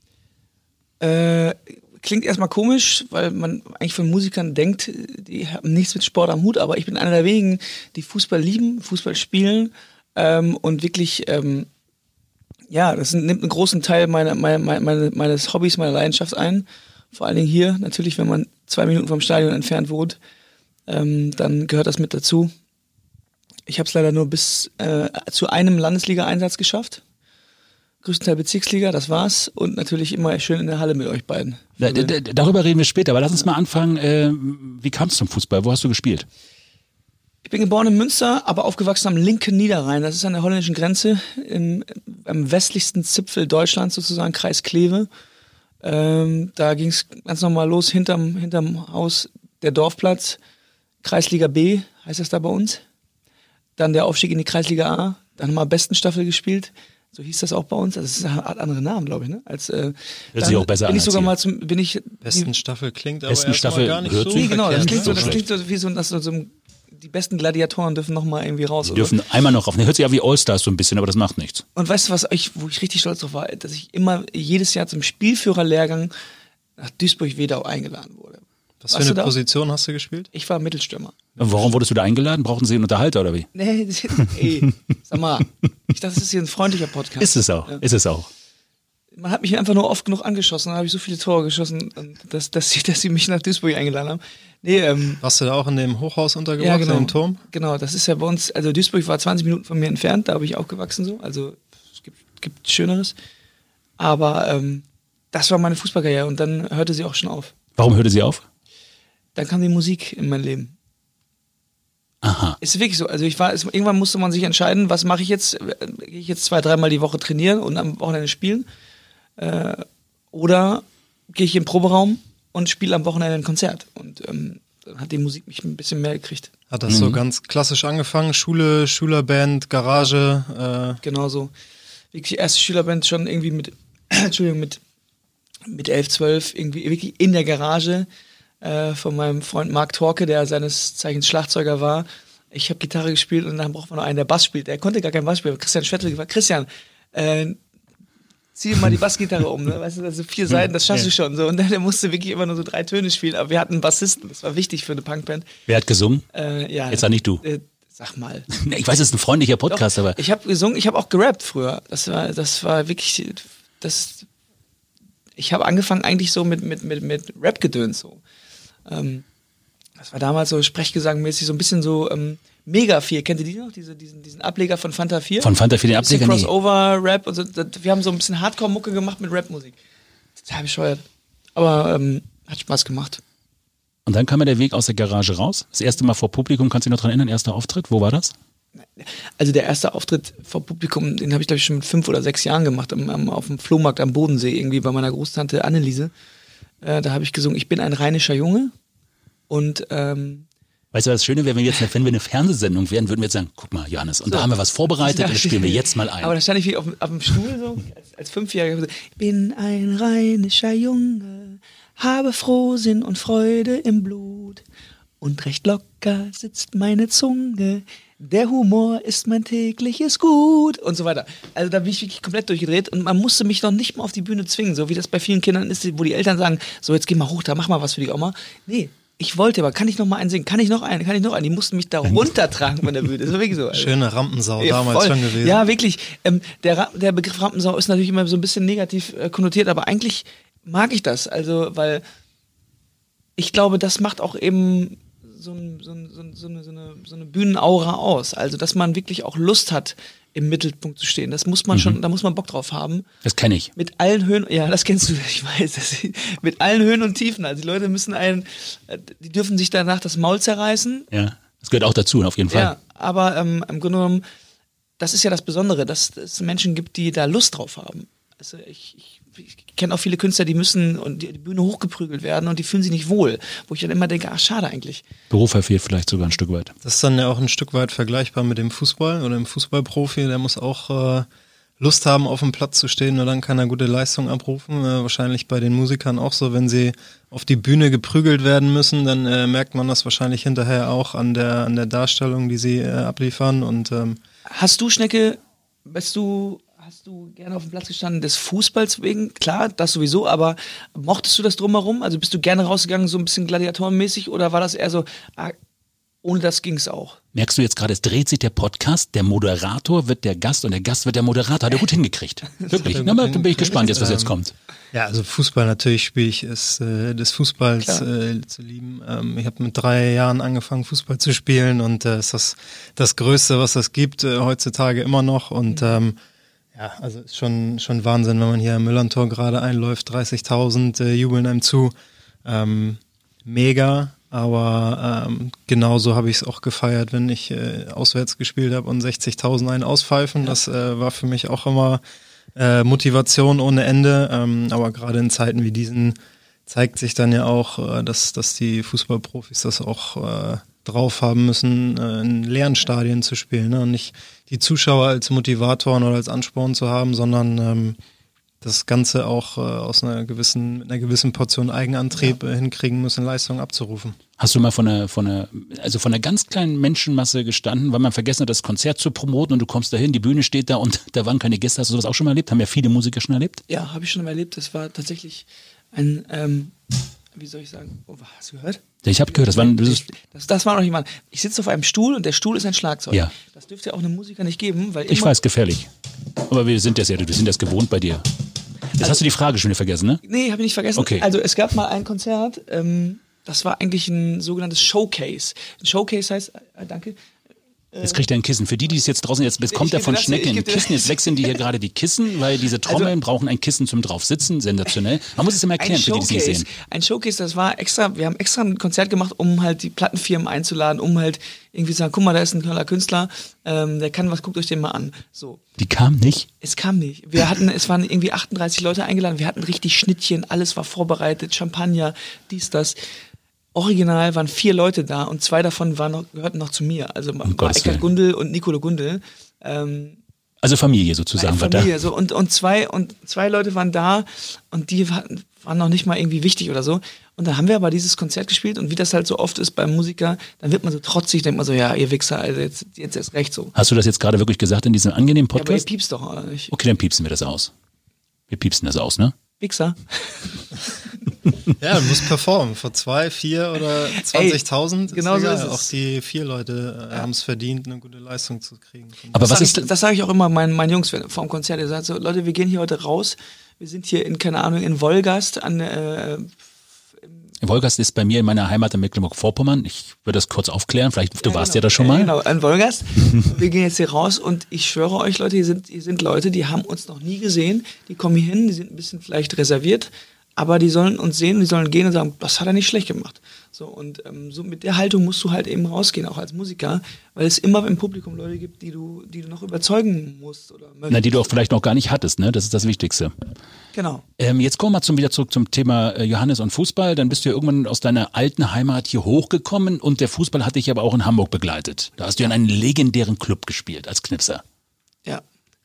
Klingt erstmal komisch, weil man eigentlich von Musikern denkt, die haben nichts mit Sport am Hut, aber ich bin einer der wenigen, die Fußball lieben, Fußball spielen und wirklich, das nimmt einen großen Teil meines Hobbys, meiner Leidenschaft ein. Vor allen Dingen hier, natürlich, wenn man 2 Minuten vom Stadion entfernt wohnt, dann gehört das mit dazu. Ich habe es leider nur bis zu einem Landesliga-Einsatz geschafft. Größtenteils Bezirksliga, das war's. Und natürlich immer schön in der Halle mit euch beiden. Darüber reden wir später, aber lass uns mal anfangen. Wie kam es zum Fußball? Wo hast du gespielt? Ich bin geboren in Münster, aber aufgewachsen am linken Niederrhein. Das ist an der holländischen Grenze, am westlichsten Zipfel Deutschlands sozusagen, Kreis Kleve. Da ging es ganz normal los, hinterm Haus der Dorfplatz. Kreisliga B heißt das da bei uns. Dann der Aufstieg in die Kreisliga A. Dann haben wir Bestenstaffel gespielt. So hieß das auch bei uns. Also das ist eine Art andere Namen, glaube ich. Ne? Hört sich auch besser an. Bestenstaffel klingt aber Bestenstaffel gar nicht hört so. sich genau, das klingt so wie so die besten Gladiatoren dürfen noch mal irgendwie raus. Die dürfen einmal noch rauf. Hört sich ja wie Allstars so ein bisschen, aber das macht nichts. Und weißt du, wo ich richtig stolz drauf war, dass ich immer jedes Jahr zum Spielführerlehrgang nach Duisburg-Wedau eingeladen wurde. Was für eine Position hast du gespielt? Ich war Mittelstürmer. Warum wurdest du da eingeladen? Brauchten sie einen Unterhalter oder wie? Nee, sag mal, ich dachte, das ist hier ein freundlicher Podcast. Ist es auch, ja. Ist es auch. Man hat mich einfach nur oft genug angeschossen, dann habe ich so viele Tore geschossen, dass sie mich nach Duisburg eingeladen haben. Nee, warst du da auch in dem Hochhaus untergebracht, genau, in dem Turm? Genau, das ist ja bei uns, also Duisburg war 20 Minuten von mir entfernt, da habe ich aufgewachsen so, also es gibt Schöneres. Aber das war meine Fußballkarriere und dann hörte sie auch schon auf. Warum hörte sie auf? Dann kam die Musik in mein Leben. Aha. Ist wirklich so. Also irgendwann musste man sich entscheiden, was mache ich jetzt? Gehe ich jetzt 2-3 Mal die Woche trainieren und am Wochenende spielen? Oder gehe ich in den Proberaum und spiele am Wochenende ein Konzert? Und dann hat die Musik mich ein bisschen mehr gekriegt. Hat das so ganz klassisch angefangen? Schule, Schülerband, Garage? Genau so. Wirklich erste Schülerband schon irgendwie mit 11, 12 irgendwie wirklich in der Garage. Von meinem Freund Marc Torke, der seines Zeichens Schlagzeuger war. Ich habe Gitarre gespielt und dann braucht man noch einen, der Bass spielt. Der konnte gar keinen Bass spielen. Christian Schwettel gefragt, Christian, zieh dir mal die Bassgitarre um. Ne? Weißt du, also 4 Seiten, das schaffst du schon. So. Und der musste wirklich immer nur so 3 Töne spielen. Aber wir hatten einen Bassisten, das war wichtig für eine Punkband. Wer hat gesungen? Ja, jetzt nicht du. Sag mal. Ich weiß, es ist ein freundlicher Podcast, Doch, aber... Ich habe gesungen, ich habe auch gerappt früher. Das war wirklich... Ich habe angefangen eigentlich so mit Rap-Gedöns so. Das war damals so sprechgesangmäßig, so ein bisschen so Mega 4, kennt ihr die noch? Diesen Ableger von Fanta 4? Von Fanta 4 den Ableger? Crossover, Rap und so. Wir haben so ein bisschen Hardcore-Mucke gemacht mit Rapmusik. Total bescheuert. Aber hat Spaß gemacht. Und dann kam ja der Weg aus der Garage raus. Das erste Mal vor Publikum, kannst du dich noch dran erinnern, erster Auftritt, wo war das? Also der erste Auftritt vor Publikum, den habe ich glaube ich schon mit 5 oder 6 Jahren gemacht, auf dem Flohmarkt am Bodensee, irgendwie bei meiner Großtante Anneliese. Da habe ich gesungen, ich bin ein rheinischer Junge. Und weißt du, was das Schöne wäre, wenn wir eine Fernsehsendung wären, würden wir jetzt sagen, guck mal, Johannes, und da haben wir was vorbereitet und das spielen wir jetzt mal ein. Aber da stand ich wie auf dem Stuhl so, als 5-Jähriger, ich bin ein rheinischer Junge, habe Frohsinn und Freude im Blut und recht locker sitzt meine Zunge, der Humor ist mein tägliches Gut und so weiter. Also da bin ich wirklich komplett durchgedreht und man musste mich noch nicht mal auf die Bühne zwingen, so wie das bei vielen Kindern ist, wo die Eltern sagen, so jetzt geh mal hoch, da mach mal was für die Oma. Nee. Ich wollte, aber kann ich noch mal einen singen? Kann ich noch einen? Die mussten mich da runtertragen von der Bühne. Das war wirklich so. Also. Schöne Rampensau damals schon gewesen. Ja, wirklich. Der Begriff Rampensau ist natürlich immer so ein bisschen negativ konnotiert, aber eigentlich mag ich das. Also, weil ich glaube, das macht auch eben so eine Bühnenaura aus. Also, dass man wirklich auch Lust hat, im Mittelpunkt zu stehen. Das muss man schon, da muss man Bock drauf haben. Das kenne ich. Mit allen Höhen, ja, das kennst du, ich weiß, mit allen Höhen und Tiefen. Also die Leute die dürfen sich danach das Maul zerreißen. Ja, das gehört auch dazu, auf jeden Fall. Ja, aber im Grunde genommen, das ist ja das Besondere, dass es Menschen gibt, die da Lust drauf haben. Also ich kenne auch viele Künstler, die müssen und die Bühne hochgeprügelt werden und die fühlen sich nicht wohl. Wo ich dann immer denke, schade eigentlich. Beruf verfehlt vielleicht sogar ein Stück weit. Das ist dann ja auch ein Stück weit vergleichbar mit dem Fußball oder dem Fußballprofi. Der muss auch Lust haben, auf dem Platz zu stehen und dann kann er gute Leistung abrufen. Wahrscheinlich bei den Musikern auch so, wenn sie auf die Bühne geprügelt werden müssen, dann merkt man das wahrscheinlich hinterher auch an der Darstellung, die sie abliefern. Und hast du, Schnecke, hast du gerne auf dem Platz gestanden des Fußballs wegen? Klar, das sowieso, aber mochtest du das drumherum? Also bist du gerne rausgegangen, so ein bisschen gladiatorenmäßig, oder war das eher so, ohne das ging's auch? Merkst du jetzt gerade, es dreht sich der Podcast, der Moderator wird der Gast und der Gast wird der Moderator. Hat er gut hingekriegt. Wirklich. Na, da bin ich gespannt jetzt, was jetzt kommt. Ja, also Fußball natürlich spiele ich es des Fußballs zu lieben. Ich habe mit 3 Jahren angefangen, Fußball zu spielen und ist das Größte, was es gibt, heutzutage immer noch. Und ja, also ist schon Wahnsinn, wenn man hier im Müllerntor gerade einläuft, 30.000 jubeln einem zu. Mega, aber genauso habe ich es auch gefeiert, wenn ich auswärts gespielt habe und 60.000 einen auspfeifen. Das war für mich auch immer Motivation ohne Ende. Aber gerade in Zeiten wie diesen zeigt sich dann ja auch, dass die Fußballprofis das auch drauf haben müssen, in leeren Stadien zu spielen, ne? Und nicht die Zuschauer als Motivatoren oder als Ansporn zu haben, sondern das Ganze auch mit einer gewissen Portion Eigenantrieb hinkriegen müssen, Leistung abzurufen. Hast du mal von einer ganz kleinen Menschenmasse gestanden, weil man vergessen hat, das Konzert zu promoten und du kommst dahin, die Bühne steht da und da waren keine Gäste. Hast du das auch schon mal erlebt? Haben ja viele Musiker schon erlebt? Ja, habe ich schon mal erlebt. Das war tatsächlich ein, wie soll ich sagen, hast du gehört? Ich habe gehört, das war noch jemand. Ich sitze auf einem Stuhl und der Stuhl ist ein Schlagzeug. Ja. Das dürfte ja auch einem Musiker nicht geben, weil ich weiß, gefährlich. Aber wir sind das gewohnt bei dir. Jetzt hast du die Frage schon wieder vergessen, ne? Nee, habe ich nicht vergessen. Okay. Also es gab mal ein Konzert, das war eigentlich ein sogenanntes Showcase. Ein Showcase heißt, danke. Jetzt kriegt er ein Kissen. Für die es jetzt draußen, jetzt bekommt er von Schnecke ein Kissen. Jetzt wechseln die hier gerade die Kissen, weil diese Trommeln brauchen ein Kissen zum draufsitzen. Sensationell. Man muss es immer erklären, für die es nicht sehen. Ein Showcase, das war extra, wir haben extra ein Konzert gemacht, um halt die Plattenfirmen einzuladen, um halt irgendwie zu sagen, guck mal, da ist ein toller Künstler, der kann was, guckt euch den mal an. So. Die kam nicht? Es kam nicht. Es waren irgendwie 38 Leute eingeladen, wir hatten richtig Schnittchen, alles war vorbereitet, Champagner, dies, das. Original waren 4 Leute da und 2 davon gehörten noch zu mir. Also Eckart Gundel und Nicolo Gundel. Also Familie sozusagen. Familie, so. Und zwei Leute waren da und die waren noch nicht mal irgendwie wichtig oder so. Und dann haben wir aber dieses Konzert gespielt und wie das halt so oft ist beim Musiker, dann wird man so trotzig, denkt man so, ja, ihr Wichser, also jetzt erst recht so. Hast du das jetzt gerade wirklich gesagt in diesem angenehmen Podcast? Ja, aber ihr piepst doch, oder nicht? Okay, dann piepsen wir das aus. Wir piepsen das aus, ne? Wichser. Ja, du musst performen. Vor 2, 4 oder 20.000. Genau so ist es. Auch die 4 Leute haben es verdient, eine gute Leistung zu kriegen. Aber das sage ich auch immer meinen Jungs vor dem Konzert. Ihr sagt so, Leute, wir gehen hier heute raus. Wir sind hier in Wolgast Wolgast ist bei mir in meiner Heimat in Mecklenburg-Vorpommern. Ich würde das kurz aufklären. Vielleicht, du warst ja da schon mal. Genau, an Wolgast. Wir gehen jetzt hier raus und ich schwöre euch, Leute, hier sind Leute, die haben uns noch nie gesehen. Die kommen hier hin, die sind ein bisschen vielleicht reserviert, aber die sollen uns sehen, die sollen gehen und sagen, das hat er nicht schlecht gemacht. So, und so mit der Haltung musst du halt eben rausgehen, auch als Musiker, weil es immer im Publikum Leute gibt, die du noch überzeugen musst oder möchtest. Na, die du auch vielleicht noch gar nicht hattest, ne? Das ist das Wichtigste. Genau. Jetzt kommen wir wieder zurück zum Thema Johannes und Fußball. Dann bist du ja irgendwann aus deiner alten Heimat hier hochgekommen und der Fußball hat dich aber auch in Hamburg begleitet. Da hast du ja in einem legendären Club gespielt als Knipser. Ja.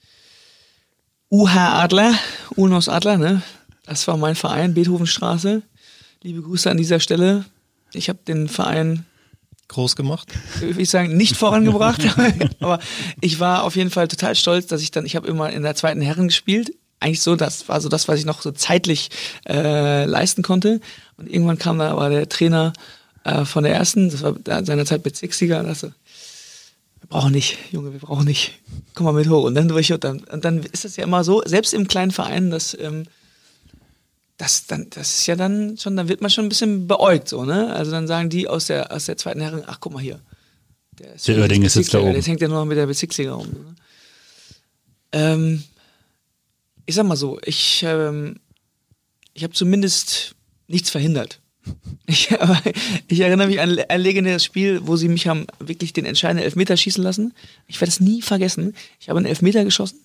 UH Adler, Unos Adler, ne? Das war mein Verein, Beethovenstraße. Liebe Grüße an dieser Stelle. Ich habe den Verein groß gemacht, würde ich sagen, nicht vorangebracht, aber ich war auf jeden Fall total stolz, dass ich habe immer in der zweiten Herren gespielt. Eigentlich so, das war so das, was ich noch so zeitlich leisten konnte. Und irgendwann kam da aber der Trainer von der ersten, das war seinerzeit Bezirksliga, und dachte, wir brauchen nicht, Junge, wir brauchen nicht. Komm mal mit hoch. Und dann ist das ja immer so, selbst im kleinen Verein, das ist ja dann schon, dann wird man schon ein bisschen beäugt, so, ne? Also dann sagen die aus der zweiten Herren, ach, guck mal hier. Der Oerding ist jetzt da oben. Der hängt ja nur noch mit der Bezirksliga rum. Ne? Ich sag mal so, ich habe zumindest nichts verhindert. Ich erinnere mich an ein legendäres Spiel, wo sie mich haben wirklich den entscheidenden Elfmeter schießen lassen. Ich werde es nie vergessen. Ich habe einen Elfmeter geschossen.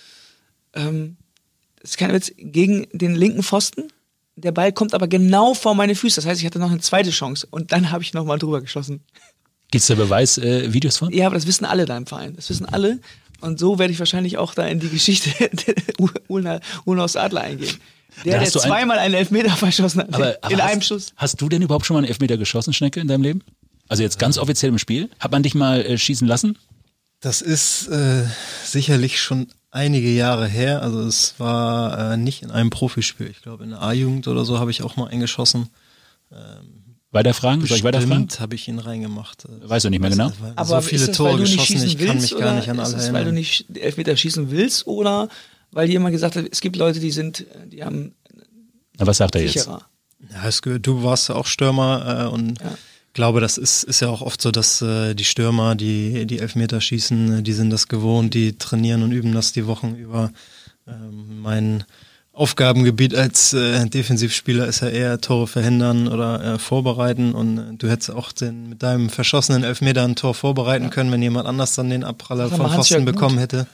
Das ist kein Witz, gegen den linken Pfosten. Der Ball kommt aber genau vor meine Füße. Das heißt, ich hatte noch eine zweite Chance. Und dann habe ich nochmal drüber geschossen. Gibt's da Beweisvideos von? Ja, aber das wissen alle da im Verein. Das wissen alle. Und so werde ich wahrscheinlich auch da in die Geschichte der Unos Adler eingehen. Der zweimal einen Elfmeter verschossen hat. Aber in einem Schuss. Hast du denn überhaupt schon mal einen Elfmeter geschossen, Schnecke, in deinem Leben? Also jetzt ganz offiziell im Spiel? Hat man dich mal schießen lassen? Das ist sicherlich schon einige Jahre her. Also es war nicht in einem Profispiel. Ich glaube in der A-Jugend oder so habe ich auch mal eingeschossen. Weiterfragen? Soll ich weiterfragen? Habe ich ihn reingemacht. Weißt du nicht mehr genau? Aber so viele Tore geschossen, ich kann mich gar nicht an alle erinnern. Weil du nicht Elfmeter schießen willst oder weil jemand gesagt hat, es gibt Leute, die haben Na, was sagt er sicherer. jetzt? Ja, du warst ja auch Stürmer und ich glaube, das ist ja auch oft so, dass die Stürmer, die Elfmeter schießen, die sind das gewohnt, die trainieren und üben das die Wochen über. Mein Aufgabengebiet als Defensivspieler ist ja eher Tore verhindern oder vorbereiten und du hättest auch mit deinem verschossenen Elfmeter ein Tor vorbereiten können, wenn jemand anders dann den Abpraller vom Pfosten bekommen hätte.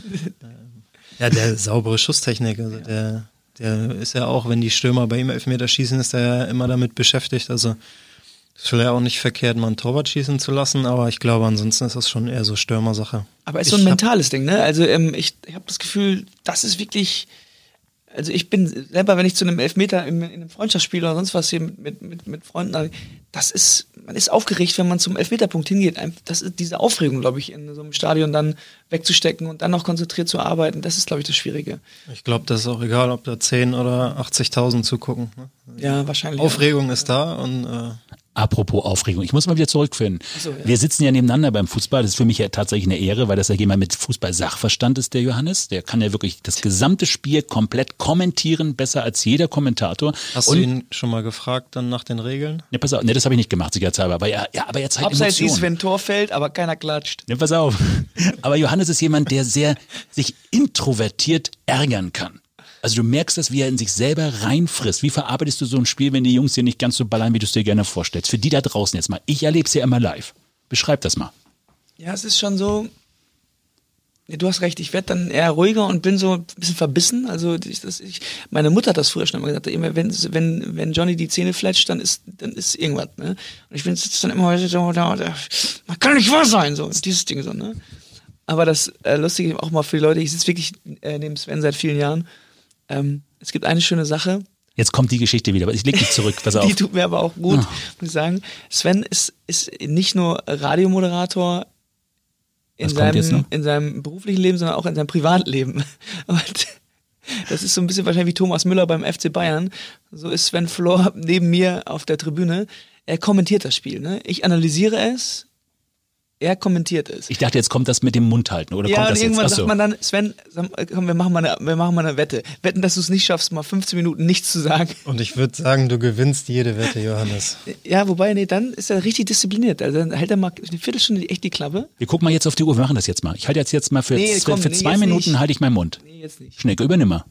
Ja, der saubere Schusstechnik, also der ist ja auch, wenn die Stürmer bei ihm Elfmeter schießen, ist er ja immer damit beschäftigt, also ist vielleicht auch nicht verkehrt, mal einen Torwart schießen zu lassen, aber ich glaube, ansonsten ist das schon eher so Stürmersache. Aber es ist so ein mentales Ding, ne? Also ich habe das Gefühl, das ist wirklich, also ich bin selber, wenn ich zu einem Elfmeter in einem Freundschaftsspiel oder sonst was hier mit Freunden, man ist aufgeregt, wenn man zum Elfmeterpunkt hingeht. Das ist diese Aufregung, glaube ich, in so einem Stadion dann wegzustecken und dann noch konzentriert zu arbeiten, das ist, glaube ich, das Schwierige. Ich glaube, das ist auch egal, ob da 10 oder 80.000 zugucken. Ne? Ja, wahrscheinlich. Aufregung ist da und Apropos Aufregung, ich muss mal wieder zurückfinden. So, ja. Wir sitzen ja nebeneinander beim Fußball, das ist für mich ja tatsächlich eine Ehre, weil das ja jemand mit Fußball-Sachverstand ist, der Johannes. Der kann ja wirklich das gesamte Spiel komplett kommentieren, besser als jeder Kommentator. Hast du ihn schon mal gefragt dann nach den Regeln? Ne, pass auf, ne, das habe ich nicht gemacht, sicherheitshalber, aber er zeigt Abseits Emotionen. ist, wenn ein Tor fällt, aber keiner klatscht. Ne, pass auf. Aber Johannes ist jemand, der sehr sich introvertiert ärgern kann. Also du merkst das, wie er in sich selber reinfrisst. Wie verarbeitest du so ein Spiel, wenn die Jungs dir nicht ganz so ballern, wie du es dir gerne vorstellst? Für die da draußen jetzt mal. Ich erlebe es ja immer live. Beschreib das mal. Ja, es ist schon so, ja, du hast recht, ich werde dann eher ruhiger und bin so ein bisschen verbissen. Also meine Mutter hat das früher schon immer gesagt, immer wenn Johnny die Zähne fletscht, dann ist irgendwas. Ne? Und ich bin jetzt dann immer so, man kann nicht wahr sein, so dieses Ding so. Ne? Aber das Lustige auch mal für die Leute, ich sitze wirklich neben Sven seit vielen Jahren. Es gibt eine schöne Sache. Jetzt kommt die Geschichte wieder, aber ich leg dich zurück, pass auf. Die tut mir aber auch gut, muss ich sagen. Sven ist nicht nur Radiomoderator in seinem beruflichen Leben, sondern auch in seinem Privatleben. Und das ist so ein bisschen wahrscheinlich wie Thomas Müller beim FC Bayern. So ist Sven Flor neben mir auf der Tribüne. Er kommentiert das Spiel. Ne? Ich analysiere es er kommentiert es. Ich dachte, jetzt kommt das mit dem Mund halten, oder kommt das und irgendwann jetzt? sagt man dann, Sven, komm, wir machen mal eine Wette. Wetten, dass du es nicht schaffst, mal 15 Minuten nichts zu sagen. Und ich würde sagen, du gewinnst jede Wette, Johannes. Ja, wobei, nee, dann ist er richtig diszipliniert. Also dann hält er mal eine Viertelstunde echt die Klappe. Wir gucken mal jetzt auf die Uhr, wir machen das jetzt mal. Ich halte jetzt mal für 2 Minuten halte ich meinen Mund. Nee, jetzt nicht. Schnecke, übernimm mal.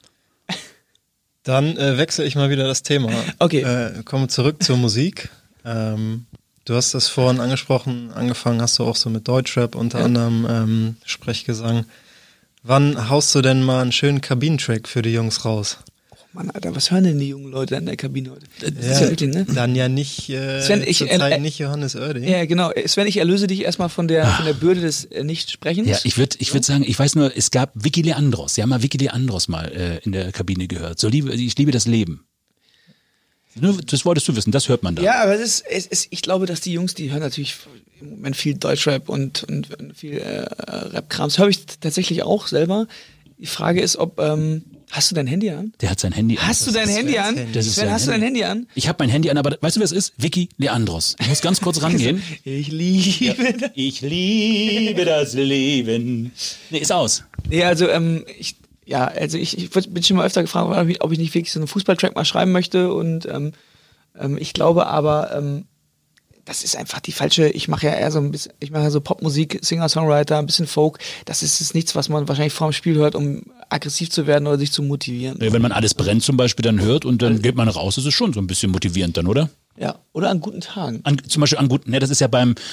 Dann wechsle ich mal wieder das Thema. Okay. Komme zurück zur Musik. Du hast das vorhin angesprochen, angefangen hast du auch so mit Deutschrap, unter anderem Sprechgesang. Wann haust du denn mal einen schönen Kabinentrack für die Jungs raus? Oh Mann, Alter, was hören denn die jungen Leute in der Kabine heute? Das ist ja wirklich, ne? Dann ja nicht, Sven, nicht Johannes Oerding. Ja, genau. Sven, ich erlöse dich erstmal von der Bürde des Nichtsprechens. Ja, ich würd sagen, ich weiß nur, es gab Vicky Leandros. Sie haben mal Vicky Leandros mal in der Kabine gehört. Ich liebe das Leben. Das wolltest du wissen, das hört man da. Ja, aber ich glaube, dass die Jungs, die hören natürlich im Moment viel Deutschrap und viel Rap-Krams. Höre ich tatsächlich auch selber. Die Frage ist, ob hast du dein Handy an? Der hat sein Handy an. Hast du dein Handy an? Sven, hast du dein Handy an? Ich habe mein Handy an, aber weißt du, wer es ist? Vicky Leandros. Ich muss ganz kurz rangehen. Ich liebe das Leben. Nee, ist aus. Nee, also ich bin schon mal öfter gefragt, ob ich nicht wirklich so einen Fußballtrack mal schreiben möchte und ich glaube aber, das ist einfach die falsche, ich mache ja so Popmusik, Singer-Songwriter, ein bisschen Folk, das ist nichts, was man wahrscheinlich vor dem Spiel hört, um aggressiv zu werden oder sich zu motivieren. Ja, wenn man Alles brennt zum Beispiel dann hört und dann geht man raus, ist es schon so ein bisschen motivierend dann, oder? Ja, oder an guten Tagen. Zum Beispiel an guten, das ist ja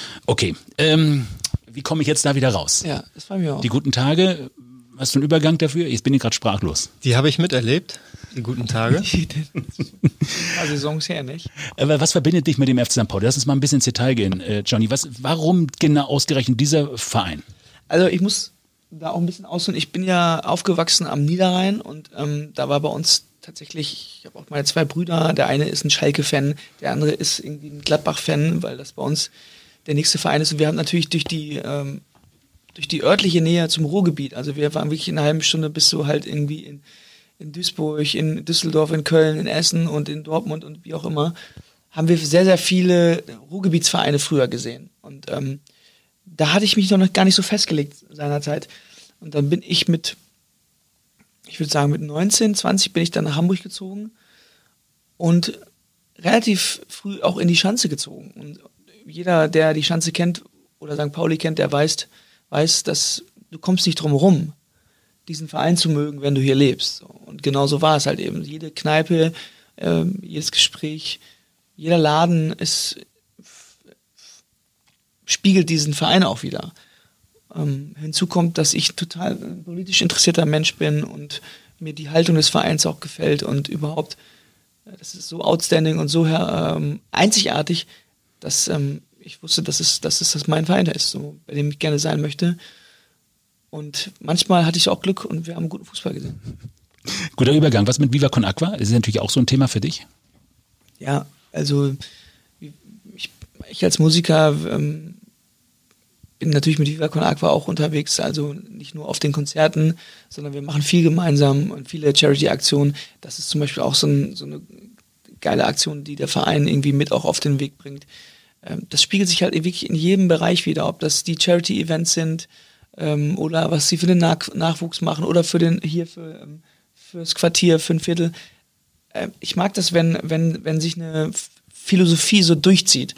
wie komme ich jetzt da wieder raus? Ja, das war mir auch. Die guten Tage, hast du einen Übergang dafür? Ich bin hier gerade sprachlos. Die habe ich miterlebt, die guten Tage. Also Saisons her, nicht? Aber was verbindet dich mit dem FC St. Pauli? Lass uns mal ein bisschen ins Detail gehen, Johnny. Warum genau ausgerechnet dieser Verein? Also ich muss da auch ein bisschen ausholen. Ich bin ja aufgewachsen am Niederrhein und da war bei uns tatsächlich, ich habe auch meine 2 Brüder, der eine ist ein Schalke-Fan, der andere ist irgendwie ein Gladbach-Fan, weil das bei uns der nächste Verein ist. Und wir haben natürlich durch die örtliche Nähe zum Ruhrgebiet, also wir waren wirklich in einer halben Stunde bis so halt irgendwie in Duisburg, in Düsseldorf, in Köln, in Essen und in Dortmund und wie auch immer, haben wir sehr, sehr viele Ruhrgebietsvereine früher gesehen. Und da hatte ich mich noch gar nicht so festgelegt seinerzeit. Und dann bin ich mit 19, 20 bin ich dann nach Hamburg gezogen und relativ früh auch in die Schanze gezogen. Und jeder, der die Schanze kennt oder St. Pauli kennt, der weiß, dass du kommst nicht drum herum, diesen Verein zu mögen, wenn du hier lebst. Und genau so war es halt eben. Jede Kneipe, jedes Gespräch, jeder Laden spiegelt diesen Verein auch wieder. Hinzu kommt, dass ich total politisch interessierter Mensch bin und mir die Haltung des Vereins auch gefällt und überhaupt, das ist so outstanding und so einzigartig, dass ich wusste, dass mein Verein ist, so, bei dem ich gerne sein möchte. Und manchmal hatte ich auch Glück und wir haben guten Fußball gesehen. Guter Übergang. Was mit Viva Con Aqua? Das ist natürlich auch so ein Thema für dich. Ja, also ich als Musiker bin natürlich mit Viva Con Aqua auch unterwegs, also nicht nur auf den Konzerten, sondern wir machen viel gemeinsam und viele Charity-Aktionen. Das ist zum Beispiel auch so eine geile Aktion, die der Verein irgendwie mit auch auf den Weg bringt. Das spiegelt sich halt wirklich in jedem Bereich wieder, ob das die Charity-Events sind oder was sie für den Nachwuchs machen oder fürs Quartier, für ein Viertel. Ich mag das, wenn sich eine Philosophie so durchzieht.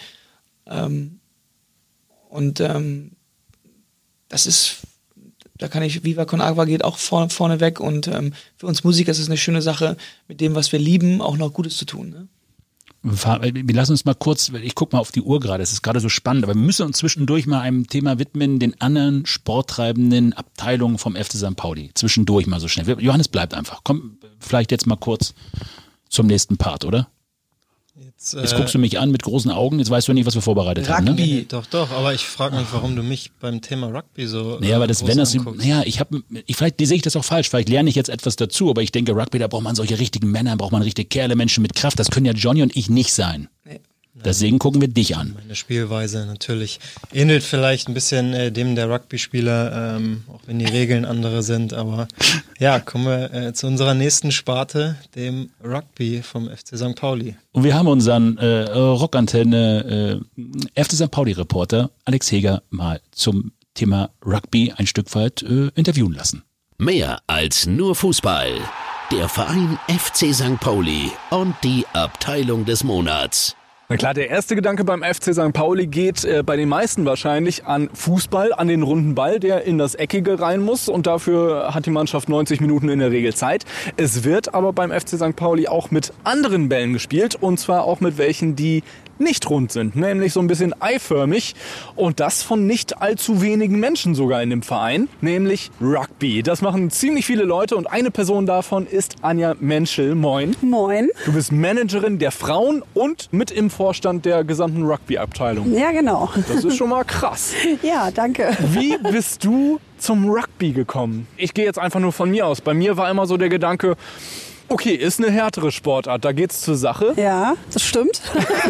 Das ist, da kann ich, Viva Con Aqua geht auch vorne weg und für uns Musiker ist es eine schöne Sache, mit dem, was wir lieben, auch noch Gutes zu tun. Ne? Wir lassen uns mal kurz, ich gucke mal auf die Uhr gerade, es ist gerade so spannend, aber wir müssen uns zwischendurch mal einem Thema widmen, den anderen sporttreibenden Abteilungen vom FC St. Pauli. Zwischendurch mal so schnell. Johannes bleibt einfach. Komm, vielleicht jetzt mal kurz zum nächsten Part, oder? Jetzt guckst du mich an mit großen Augen, jetzt weißt du nicht, was wir vorbereitet haben. Ne? Doch, aber ich frage mich, warum du mich beim Thema Rugby so naja, aber vielleicht sehe ich das auch falsch, vielleicht lerne ich jetzt etwas dazu, aber ich denke, Rugby, da braucht man solche richtigen Männer, braucht man richtige Kerle, Menschen mit Kraft, das können ja Johnny und ich nicht sein. Deswegen gucken wir dich an. Meine Spielweise natürlich ähnelt vielleicht ein bisschen dem der Rugby-Spieler, auch wenn die Regeln andere sind. Aber ja, kommen wir zu unserer nächsten Sparte, dem Rugby vom FC St. Pauli. Und wir haben unseren Rockantenne FC St. Pauli-Reporter Alex Heger mal zum Thema Rugby ein Stück weit interviewen lassen. Mehr als nur Fußball. Der Verein FC St. Pauli und die Abteilung des Monats. Na klar, der erste Gedanke beim FC St. Pauli geht bei den meisten wahrscheinlich an Fußball, an den runden Ball, der in das Eckige rein muss, und dafür hat die Mannschaft 90 Minuten in der Regel Zeit. Es wird aber beim FC St. Pauli auch mit anderen Bällen gespielt, und zwar auch mit welchen, die nicht rund sind, nämlich so ein bisschen eiförmig, und das von nicht allzu wenigen Menschen sogar in dem Verein, nämlich Rugby. Das machen ziemlich viele Leute, und eine Person davon ist Anja Menschel. Moin. Moin. Du bist Managerin der Frauen und mit im Vorstand der gesamten Rugby-Abteilung. Ja, genau. Das ist schon mal krass. Ja, danke. Wie bist du zum Rugby gekommen? Ich gehe jetzt einfach nur von mir aus. Bei mir war immer so der Gedanke, okay, ist eine härtere Sportart, da geht's zur Sache. Ja, das stimmt.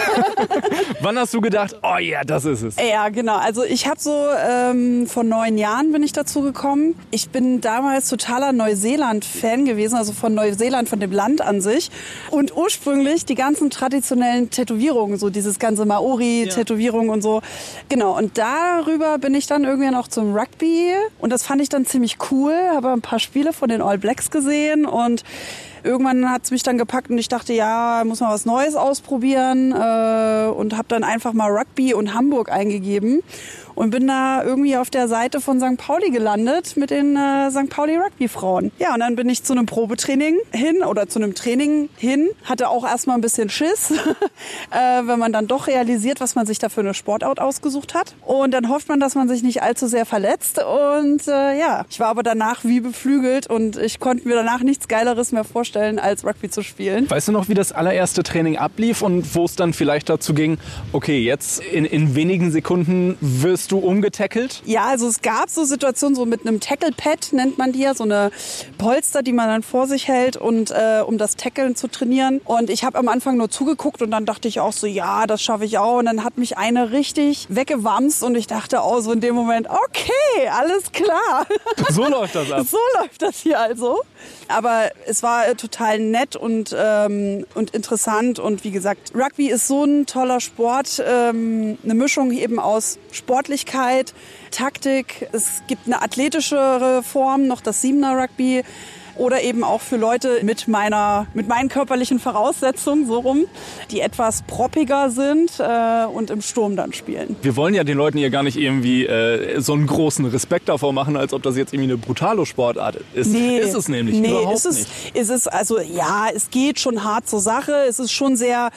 Wann hast du gedacht, oh ja, das ist es? Ja, genau. Also ich habe so vor 9 Jahren bin ich dazu gekommen. Ich bin damals totaler Neuseeland-Fan gewesen, also von Neuseeland, von dem Land an sich. Und ursprünglich die ganzen traditionellen Tätowierungen, so dieses ganze Maori-Tätowierung und so. Genau, und darüber bin ich dann irgendwie noch zum Rugby. Und das fand ich dann ziemlich cool. Habe ein paar Spiele von den All Blacks gesehen, und irgendwann hat es mich dann gepackt und ich dachte, ja, muss mal was Neues ausprobieren, und habe dann einfach mal Rugby und Hamburg eingegeben und bin da irgendwie auf der Seite von St. Pauli gelandet mit den St. Pauli Rugby-Frauen. Ja, und dann bin ich zu einem Probetraining hin oder zu einem Training hin. Hatte auch erstmal ein bisschen Schiss, wenn man dann doch realisiert, was man sich da für eine Sportart ausgesucht hat. Und dann hofft man, dass man sich nicht allzu sehr verletzt. Und ja, ich war aber danach wie beflügelt und ich konnte mir danach nichts Geileres mehr vorstellen, als Rugby zu spielen. Weißt du noch, wie das allererste Training ablief und wo es dann vielleicht dazu ging, okay, jetzt in wenigen Sekunden wirst du umgetackelt? Ja, also es gab so Situationen, so mit einem Tackle-Pad nennt man die ja, so eine Polster, die man dann vor sich hält, und um das Tackeln zu trainieren. Und ich habe am Anfang nur zugeguckt und dann dachte ich auch so, ja, das schaffe ich auch. Und dann hat mich eine richtig weggewamst und ich dachte auch so in dem Moment, okay, alles klar. So läuft das ab. So läuft das hier also. Aber es war total nett und interessant, und wie gesagt, Rugby ist so ein toller Sport, eine Mischung eben aus Sportlichkeit, Taktik. Es gibt eine athletischere Form, noch das 7er Rugby. Oder eben auch für Leute mit meinen körperlichen Voraussetzungen, so rum, die etwas proppiger sind und im Sturm dann spielen. Wir wollen ja den Leuten hier gar nicht irgendwie so einen großen Respekt davor machen, als ob das jetzt irgendwie eine brutale Sportart ist. Nee, ist es nämlich überhaupt nicht. Ist es, also ja, es geht schon hart zur Sache. Es ist schon sehr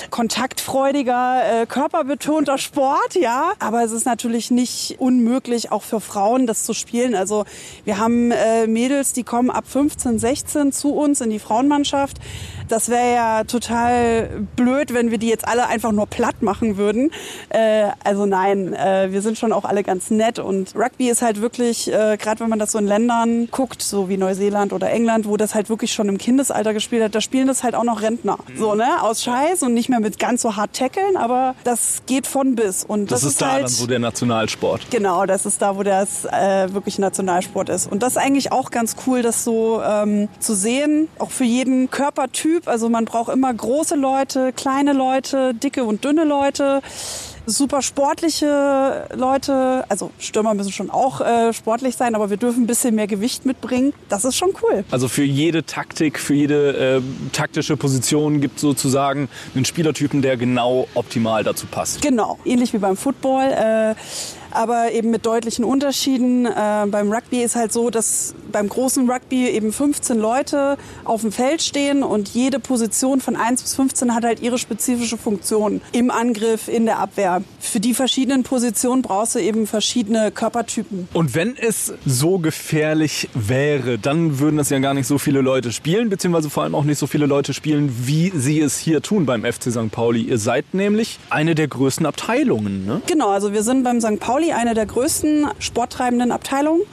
kontaktfreudiger, körperbetonter Sport, ja. Aber es ist natürlich nicht unmöglich, auch für Frauen das zu spielen. Also wir haben Mädels, die kommen ab 15, 16 zu uns in die Frauenmannschaft. Das wäre ja total blöd, wenn wir die jetzt alle einfach nur platt machen würden. Also nein, wir sind schon auch alle ganz nett. Und Rugby ist halt wirklich, gerade wenn man das so in Ländern guckt, so wie Neuseeland oder England, wo das halt wirklich schon im Kindesalter gespielt hat, da spielen das halt auch noch Rentner. So, ne? Aus Scheiß und nicht mehr mit ganz so hart tackeln, aber das geht von bis. Und das ist da halt, dann so der Nationalsport. Genau, das ist da, wo das wirklich Nationalsport ist. Und das ist eigentlich auch ganz cool, das so zu sehen, auch für jeden Körpertyp. Also man braucht immer große Leute, kleine Leute, dicke und dünne Leute, super sportliche Leute. Also Stürmer müssen schon auch sportlich sein, aber wir dürfen ein bisschen mehr Gewicht mitbringen. Das ist schon cool. Also für jede Taktik, für jede taktische Position gibt es sozusagen einen Spielertypen, der genau optimal dazu passt. Genau, ähnlich wie beim Football. Aber eben mit deutlichen Unterschieden. Beim Rugby ist halt so, dass beim großen Rugby eben 15 Leute auf dem Feld stehen und jede Position von 1 bis 15 hat halt ihre spezifische Funktion im Angriff, in der Abwehr. Für die verschiedenen Positionen brauchst du eben verschiedene Körpertypen. Und wenn es so gefährlich wäre, dann würden das ja gar nicht so viele Leute spielen, beziehungsweise vor allem auch nicht so viele Leute spielen, wie sie es hier tun beim FC St. Pauli. Ihr seid nämlich eine der größten Abteilungen, ne? Genau, also wir sind beim St. Pauli eine der größten sporttreibenden Abteilungen.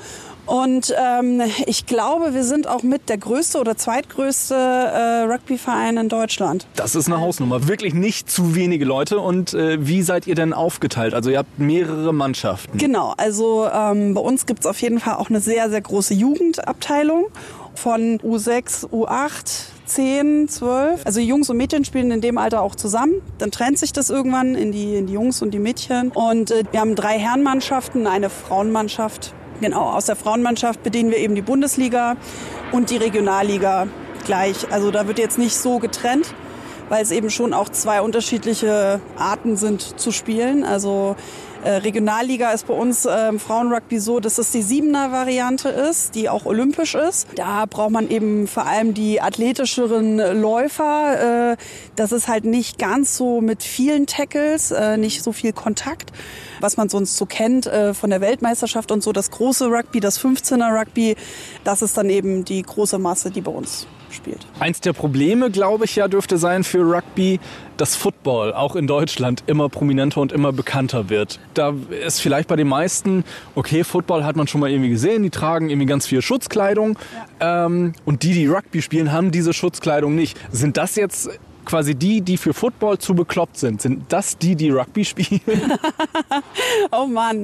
Und ich glaube, wir sind auch mit der größte oder zweitgrößte Rugbyverein in Deutschland. Das ist eine Hausnummer. Wirklich nicht zu wenige Leute. Und wie seid ihr denn aufgeteilt? Also ihr habt mehrere Mannschaften. Genau, also bei uns gibt es auf jeden Fall auch eine sehr, sehr große Jugendabteilung von U6, U8, 10, 12. Also Jungs und Mädchen spielen in dem Alter auch zusammen. Dann trennt sich das irgendwann in die Jungs und die Mädchen. Und wir haben 3 Herrenmannschaften, eine Frauenmannschaft. Genau, aus der Frauenmannschaft bedienen wir eben die Bundesliga und die Regionalliga gleich. Also da wird jetzt nicht so getrennt, weil es eben schon auch 2 unterschiedliche Arten sind zu spielen. Also Regionalliga ist bei uns im Frauenrugby so, dass es die 7er-Variante ist, die auch olympisch ist. Da braucht man eben vor allem die athletischeren Läufer. Das ist halt nicht ganz so mit vielen Tackles, nicht so viel Kontakt, was man sonst so kennt von der Weltmeisterschaft und so. Das große Rugby, das 15er-Rugby, das ist dann eben die große Masse, die bei uns spielt. Eins der Probleme, glaube ich, ja, dürfte sein für Rugby, dass Football auch in Deutschland immer prominenter und immer bekannter wird. Da ist vielleicht bei den meisten, okay, Football hat man schon mal irgendwie gesehen, die tragen irgendwie ganz viel Schutzkleidung. Ja. Und die Rugby spielen, haben diese Schutzkleidung nicht. Sind das jetzt quasi die für Football zu bekloppt sind? Sind das die Rugby spielen? Oh Mann.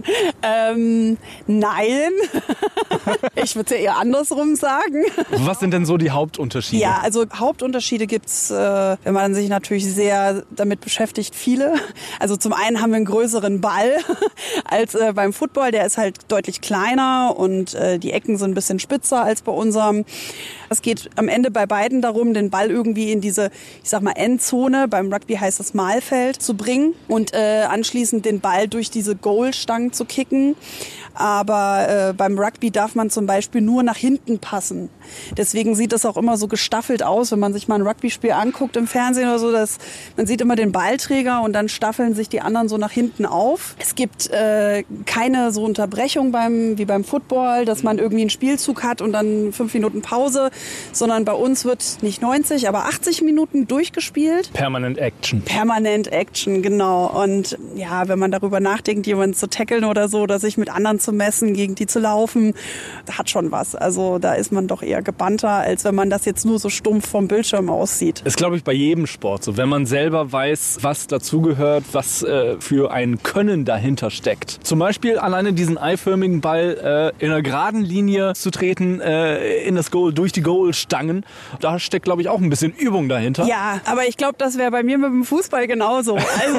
Nein. Ich würde es ja eher andersrum sagen. Was sind denn so die Hauptunterschiede? Ja, also Hauptunterschiede gibt's, wenn man sich natürlich sehr damit beschäftigt, viele. Also zum einen haben wir einen größeren Ball als beim Football. Der ist halt deutlich kleiner und die Ecken sind ein bisschen spitzer als bei unserem. Es geht am Ende bei beiden darum, den Ball irgendwie in diese, ich sag mal, Endzone, beim Rugby heißt das Mahlfeld, zu bringen und anschließend den Ball durch diese Goalstangen zu kicken. Aber beim Rugby darf man zum Beispiel nur nach hinten passen. Deswegen sieht das auch immer so gestaffelt aus, wenn man sich mal ein Rugby-Spiel anguckt im Fernsehen oder so. Man sieht immer den Ballträger und dann staffeln sich die anderen so nach hinten auf. Es gibt keine so Unterbrechung wie beim Football, dass man irgendwie einen Spielzug hat und dann 5 Minuten Pause, sondern bei uns wird nicht 90, aber 80 Minuten durchgespielt. Permanent Action. Permanent Action, genau. Und ja, wenn man darüber nachdenkt, jemanden zu tackeln oder so, oder sich mit anderen zu messen, gegen die zu laufen, hat schon was. Also da ist man doch eher gebannter, als wenn man das jetzt nur so stumpf vom Bildschirm aussieht. Ist, glaube ich, bei jedem Sport so. Wenn man selber weiß, was dazugehört, was für ein Können dahinter steckt. Zum Beispiel alleine diesen eiförmigen Ball in einer geraden Linie zu treten, in das Goal, durch die Goalstangen. Da steckt, glaube ich, auch ein bisschen Übung dahinter. Ja, aber ich glaube, das wäre bei mir mit dem Fußball genauso.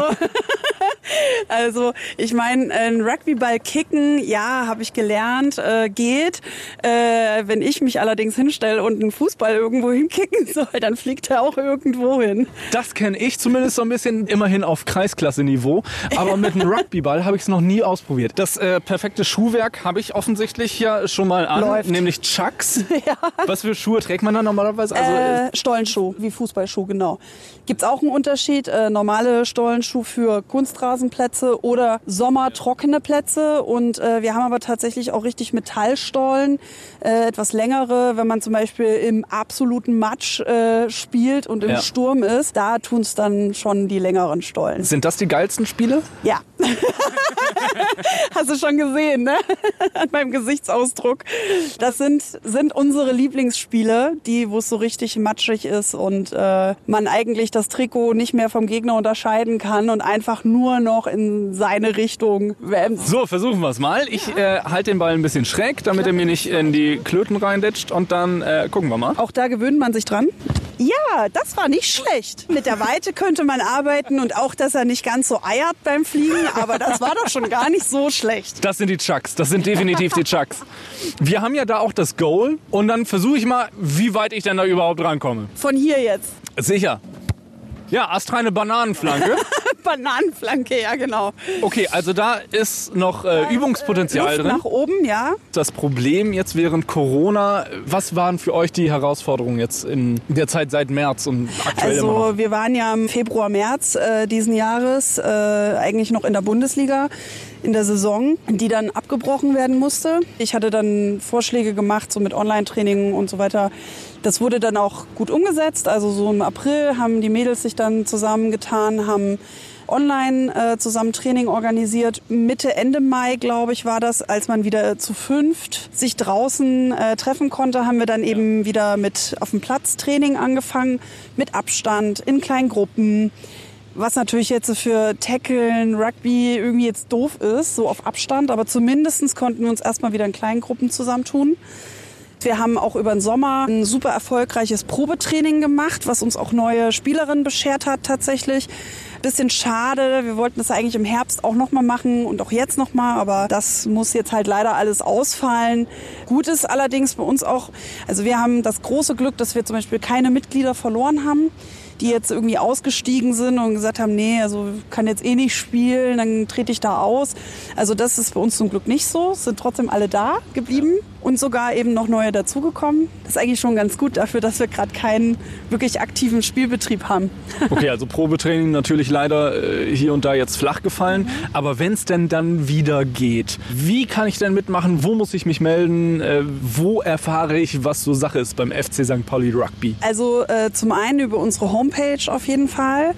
Also ich meine, ein Rugbyball kicken, ja, habe ich gelernt, geht. Wenn ich mich allerdings hinstelle und einen Fußball irgendwo hinkicken soll, dann fliegt er auch irgendwo hin. Das kenne ich zumindest so ein bisschen, immerhin auf Kreisklasse-Niveau. Aber mit einem Rugbyball habe ich es noch nie ausprobiert. Das perfekte Schuhwerk habe ich offensichtlich ja schon mal an, Läuft. Nämlich Chucks. Ja. Was für Schuhe trägt man da normalerweise? Also, Stollenschuh, wie Fußballschuh, genau. Gibt's auch einen Unterschied? Normale Stollenschuh für Kunstrasenplätze oder sommertrockene Plätze. Und wir haben aber tatsächlich auch richtig Metallstollen, etwas längere, wenn man zum Beispiel im absoluten Matsch spielt und im Sturm ist. Da tun's dann schon die längeren Stollen. Sind das die geilsten Spiele? Ja. Hast du schon gesehen, ne? An meinem Gesichtsausdruck. Das sind unsere Lieblingsspiele, die, wo es so richtig matschig ist und man eigentlich das Trikot nicht mehr vom Gegner unterscheiden kann und einfach nur noch in seine Richtung wämst. So, versuchen wir es mal. Ich halte den Ball ein bisschen schräg, damit er mir nicht in die Klöten reinditscht und dann gucken wir mal. Auch da gewöhnt man sich dran. Ja, das war nicht schlecht. Mit der Weite könnte man arbeiten und auch, dass er nicht ganz so eiert beim Fliegen, aber das war doch schon gar nicht so schlecht. Das sind die Chucks, das sind definitiv die Chucks. Wir haben ja da auch das Goal und dann versuche ich mal, wie weit ich denn da überhaupt rankomme. Von hier jetzt. Sicher. Ja, astreine Bananenflanke. Bananenflanke, ja genau. Okay, also da ist noch Übungspotenzial Luft drin. nach oben, ja. Das Problem jetzt während Corona, was waren für euch die Herausforderungen jetzt in der Zeit seit März und aktuell immer noch? Also wir waren ja im Februar, März diesen Jahres eigentlich noch in der Bundesliga in der Saison, die dann abgebrochen werden musste. Ich hatte dann Vorschläge gemacht, so mit Online-Training und so weiter, Das wurde dann auch gut umgesetzt. Also so im April haben die Mädels sich dann zusammengetan, haben online zusammen Training organisiert. Mitte, Ende Mai, glaube ich, war das, als man wieder zu 5 sich draußen treffen konnte, haben wir dann eben wieder mit auf dem Platz Training angefangen, mit Abstand, in kleinen Gruppen. Was natürlich jetzt für Tackeln, Rugby irgendwie jetzt doof ist, so auf Abstand. Aber zumindest konnten wir uns erstmal wieder in kleinen Gruppen zusammentun. Wir haben auch über den Sommer ein super erfolgreiches Probetraining gemacht, was uns auch neue Spielerinnen beschert hat tatsächlich. Bisschen schade, wir wollten das eigentlich im Herbst auch nochmal machen und auch jetzt nochmal, aber das muss jetzt halt leider alles ausfallen. Gut ist allerdings bei uns auch, also wir haben das große Glück, dass wir zum Beispiel keine Mitglieder verloren haben, die jetzt irgendwie ausgestiegen sind und gesagt haben, nee, also kann jetzt eh nicht spielen, dann trete ich da aus. Also das ist bei uns zum Glück nicht so, es sind trotzdem alle da geblieben und sogar eben noch neue dazugekommen. Das ist eigentlich schon ganz gut dafür, dass wir gerade keinen wirklich aktiven Spielbetrieb haben. Okay, also Probetraining natürlich leider hier und da jetzt flach gefallen. Aber wenn es denn dann wieder geht, wie kann ich denn mitmachen? Wo muss ich mich melden? Wo erfahre ich, was so Sache ist beim FC St. Pauli Rugby? Also zum einen über unsere Homepage auf jeden Fall.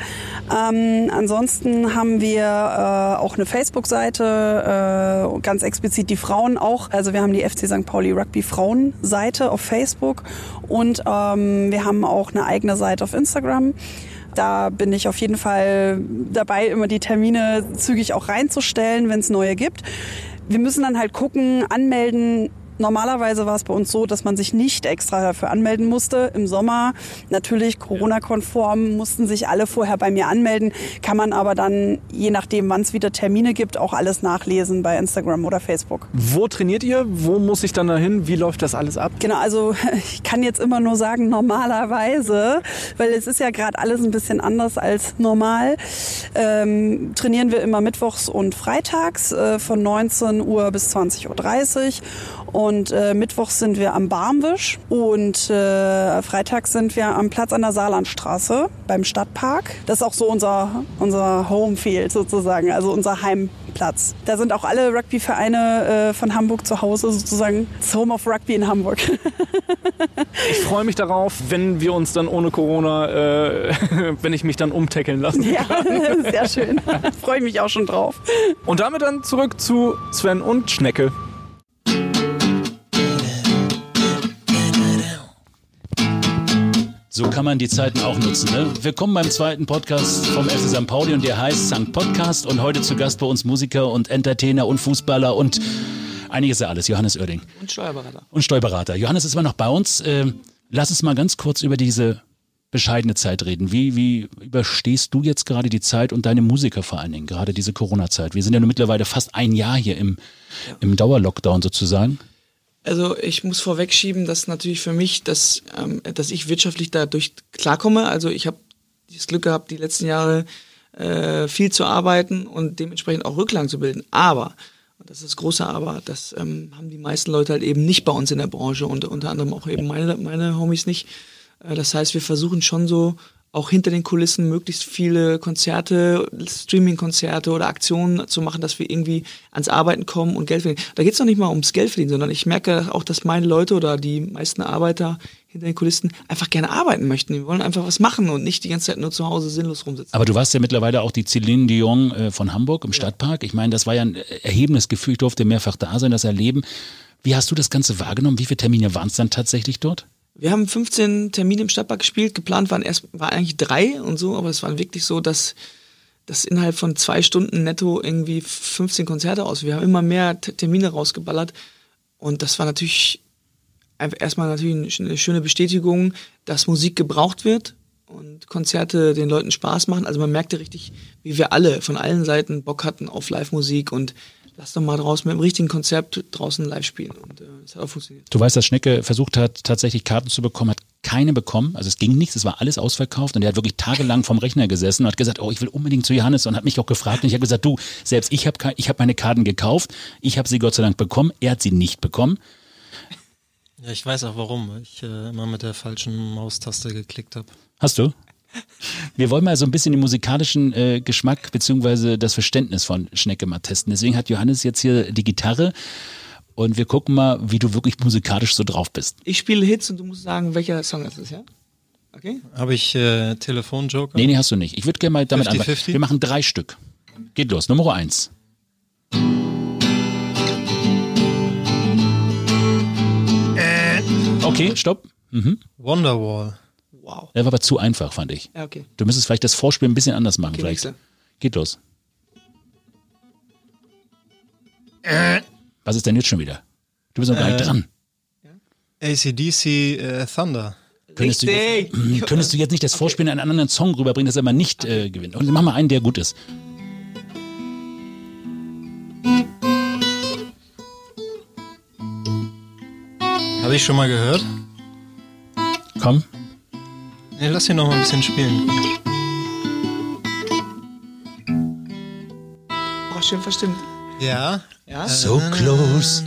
Ansonsten haben wir auch eine Facebook-Seite, ganz explizit die Frauen auch. Also wir haben die FC St. Pauli Rugby Frauenseite auf Facebook und wir haben auch eine eigene Seite auf Instagram. Da bin ich auf jeden Fall dabei, immer die Termine zügig auch reinzustellen, wenn es neue gibt. Wir müssen dann halt gucken, anmelden. Normalerweise war es bei uns so, dass man sich nicht extra dafür anmelden musste. Im Sommer, natürlich Corona-konform, mussten sich alle vorher bei mir anmelden. Kann man aber dann, je nachdem, wann es wieder Termine gibt, auch alles nachlesen bei Instagram oder Facebook. Wo trainiert ihr? Wo muss ich dann dahin? Wie läuft das alles ab? Genau, also ich kann jetzt immer nur sagen, normalerweise, weil es ist ja gerade alles ein bisschen anders als normal. Trainieren wir immer mittwochs und freitags von 19 Uhr bis 20.30 Uhr. Und mittwochs sind wir am Barmwisch und freitags sind wir am Platz an der Saarlandstraße beim Stadtpark. Das ist auch so unser Homefield sozusagen, also unser Heimplatz. Da sind auch alle Rugbyvereine von Hamburg zu Hause, sozusagen das Home of Rugby in Hamburg. Ich freue mich darauf, wenn wir uns dann ohne Corona, wenn ich mich dann umtackeln lassen kann. Ja, sehr schön. Freue ich mich auch schon drauf. Und damit dann zurück zu Sven und Schnecke. So kann man die Zeiten auch nutzen. Ne? Willkommen beim zweiten Podcast vom FC St. Pauli und der heißt St. Podcast und heute zu Gast bei uns Musiker und Entertainer und Fußballer und einiges ja alles, Johannes Oerding. Und Steuerberater. Und Steuerberater. Johannes ist immer noch bei uns. Lass uns mal ganz kurz über diese bescheidene Zeit reden. Wie überstehst du jetzt gerade die Zeit und deine Musiker vor allen Dingen, gerade diese Corona-Zeit? Wir sind ja nun mittlerweile fast ein Jahr hier im Dauerlockdown sozusagen. Also ich muss vorwegschieben, dass natürlich für mich, dass ich wirtschaftlich dadurch klarkomme. Also ich habe das Glück gehabt, die letzten Jahre viel zu arbeiten und dementsprechend auch Rücklagen zu bilden. Aber, und das ist das große Aber, das haben die meisten Leute halt eben nicht bei uns in der Branche und unter anderem auch eben meine Homies nicht. Das heißt, wir versuchen schon so auch hinter den Kulissen möglichst viele Konzerte, Streaming-Konzerte oder Aktionen zu machen, dass wir irgendwie ans Arbeiten kommen und Geld verdienen. Da geht es noch nicht mal ums Geld verdienen, sondern ich merke auch, dass meine Leute oder die meisten Arbeiter hinter den Kulissen einfach gerne arbeiten möchten. Die wollen einfach was machen und nicht die ganze Zeit nur zu Hause sinnlos rumsitzen. Aber du warst ja mittlerweile auch die Celine Dion von Hamburg im Stadtpark. Ich meine, das war ja ein erhebendes Gefühl. Ich durfte mehrfach da sein, das erleben. Wie hast du das Ganze wahrgenommen? Wie viele Termine waren es dann tatsächlich dort? Wir haben 15 Termine im Stadtpark gespielt, geplant waren eigentlich 3 und so, aber es war wirklich so, dass innerhalb von 2 Stunden netto irgendwie 15 Konzerte aus. Wir haben immer mehr Termine rausgeballert und das war natürlich erstmal natürlich eine schöne Bestätigung, dass Musik gebraucht wird und Konzerte den Leuten Spaß machen. Also man merkte richtig, wie wir alle von allen Seiten Bock hatten auf Live-Musik und lass doch mal draußen mit dem richtigen Konzept draußen live spielen. Und das hat auch funktioniert. Du weißt, dass Schnecke versucht hat, tatsächlich Karten zu bekommen, hat keine bekommen. Also es ging nichts, es war alles ausverkauft. Und er hat wirklich tagelang vorm Rechner gesessen und hat gesagt, oh, ich will unbedingt zu Johannes. Und hat mich auch gefragt. Und ich habe gesagt, du, selbst ich hab meine Karten gekauft. Ich habe sie Gott sei Dank bekommen. Er hat sie nicht bekommen. Ja, ich weiß auch warum. Weil ich immer mit der falschen Maustaste geklickt habe. Hast du? Wir wollen mal so ein bisschen den musikalischen Geschmack beziehungsweise das Verständnis von Schnecke mal testen. Deswegen hat Johannes jetzt hier die Gitarre und wir gucken mal, wie du wirklich musikalisch so drauf bist. Ich spiele Hits und du musst sagen, welcher Song das ist, ja? Okay? Habe ich Telefonjoker? Nee, hast du nicht. Ich würde gerne mal damit 50-50? anfangen. Wir machen 3 Stück. Geht los, Nummer 1. Okay, stopp. Wonderwall. Wow. Der war aber zu einfach, fand ich. Ja, okay. Du müsstest vielleicht das Vorspiel ein bisschen anders machen. Okay, Vielleicht. nächste. Geht los. Was ist denn jetzt schon wieder? Du bist noch gar nicht dran. AC/DC Thunder. Könntest du jetzt nicht das Vorspiel in einen anderen Song rüberbringen, dass er mal nicht gewinnt? Und mach mal einen, der gut ist. Habe ich schon mal gehört? Komm. Nee, lass ihn noch mal ein bisschen spielen. Oh, schön verstimmt. Ja. Ja? So close.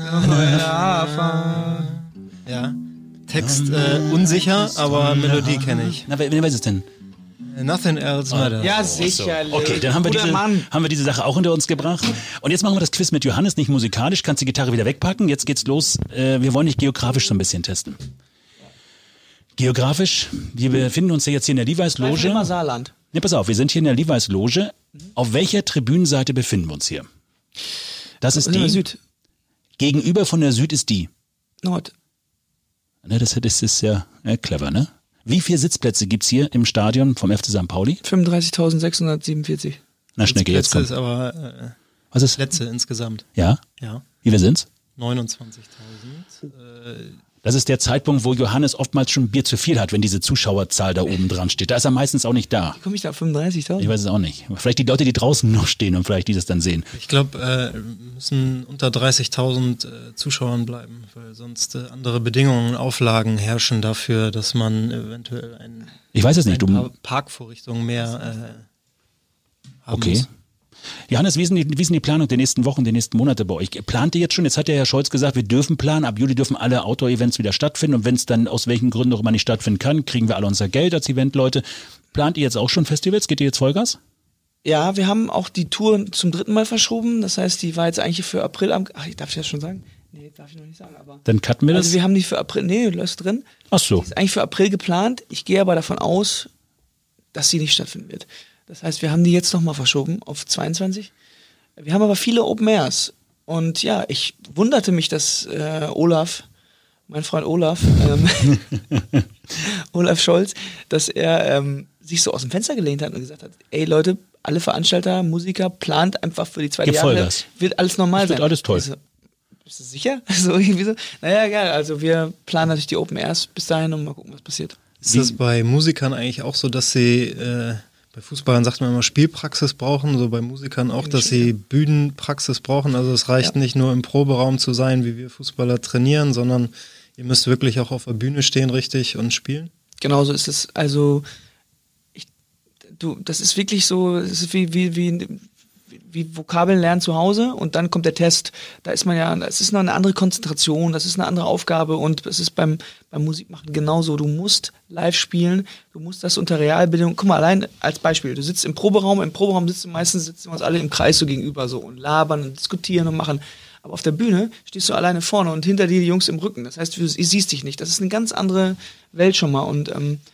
Ja. Text unsicher, aber Melodie kenne ich. Na, wer weiß es denn? Nothing else matters. Ja, sicherlich. Okay, dann haben wir diese Sache auch hinter uns gebracht. Und jetzt machen wir das Quiz mit Johannes, nicht musikalisch. Kannst die Gitarre wieder wegpacken. Jetzt geht's los. Wir wollen dich geografisch so ein bisschen testen. Geografisch, wir befinden uns ja jetzt hier in der Levi's-Loge. Immer Saarland. Ne, pass auf, wir sind hier in der Levi's-Loge. Auf welcher Tribünenseite befinden wir uns hier? Das ist die. Süd. Gegenüber von der Süd ist die. Nord. Ne, das ist ja clever, ne? Wie viele Sitzplätze gibt's hier im Stadion vom FC St. Pauli? 35.647. Na, Schnecke, jetzt komm. Ist aber Was ist? Plätze insgesamt. Ja? Ja. Wie viel sind's? 29.000. Das ist der Zeitpunkt, wo Johannes oftmals schon Bier zu viel hat, wenn diese Zuschauerzahl da oben dran steht. Da ist er meistens auch nicht da. Wie komme ich da auf 35.000? Ich weiß es auch nicht. Vielleicht die Leute, die draußen noch stehen und vielleicht dieses dann sehen. Ich glaube, müssen unter 30.000 Zuschauern bleiben, weil sonst andere Bedingungen, Auflagen herrschen dafür, dass man eventuell Ich weiß es nicht. Parkvorrichtungen mehr haben Okay. muss. Johannes, wie ist denn die Planung der nächsten Wochen, der nächsten Monate bei euch? Plant ihr jetzt schon? Jetzt hat der Herr Scholz gesagt, wir dürfen planen. Ab Juli dürfen alle Outdoor-Events wieder stattfinden. Und wenn es dann aus welchen Gründen auch immer nicht stattfinden kann, kriegen wir alle unser Geld als Eventleute. Plant ihr jetzt auch schon Festivals? Geht ihr jetzt Vollgas? Ja, wir haben auch die Tour zum 3. Mal verschoben. Das heißt, die war jetzt eigentlich für April ich darf das schon sagen? Nee, darf ich noch nicht sagen. Aber Dann cutten wir das? Also wir haben die für April, lässt drin. Ach so. Die ist eigentlich für April geplant. Ich gehe aber davon aus, dass sie nicht stattfinden wird. Das heißt, wir haben die jetzt nochmal verschoben auf 22. Wir haben aber viele Open Airs. Und ja, ich wunderte mich, dass Olaf, mein Freund Olaf, Olaf Scholz, dass er sich so aus dem Fenster gelehnt hat und gesagt hat, ey Leute, alle Veranstalter, Musiker, plant einfach für die zweite Jahreshälfte. Wird alles normal sein. Wird alles toll. Bist du sicher? So irgendwie so. Naja, ja, also wir planen natürlich die Open Airs bis dahin und mal gucken, was passiert. Ist das bei Musikern eigentlich auch so, dass sie bei Fußballern sagt man immer Spielpraxis brauchen, so bei Musikern auch, dass sie Bühnenpraxis brauchen? Also es reicht nicht nur im Proberaum zu sein, wie wir Fußballer trainieren, sondern ihr müsst wirklich auch auf der Bühne stehen richtig und spielen? Genauso ist es. Also das ist wirklich so, es ist wie Vokabeln lernen zu Hause und dann kommt der Test. Da ist man ja, es ist noch eine andere Konzentration, das ist eine andere Aufgabe und es ist beim Musikmachen genauso. Du musst live spielen, du musst das unter Realbedingungen, guck mal, allein als Beispiel, du sitzt im Proberaum sitzen wir uns alle im Kreis so gegenüber so und labern und diskutieren und machen. Aber auf der Bühne stehst du alleine vorne und hinter dir die Jungs im Rücken. Das heißt, du siehst dich nicht. Das ist eine ganz andere Welt schon mal und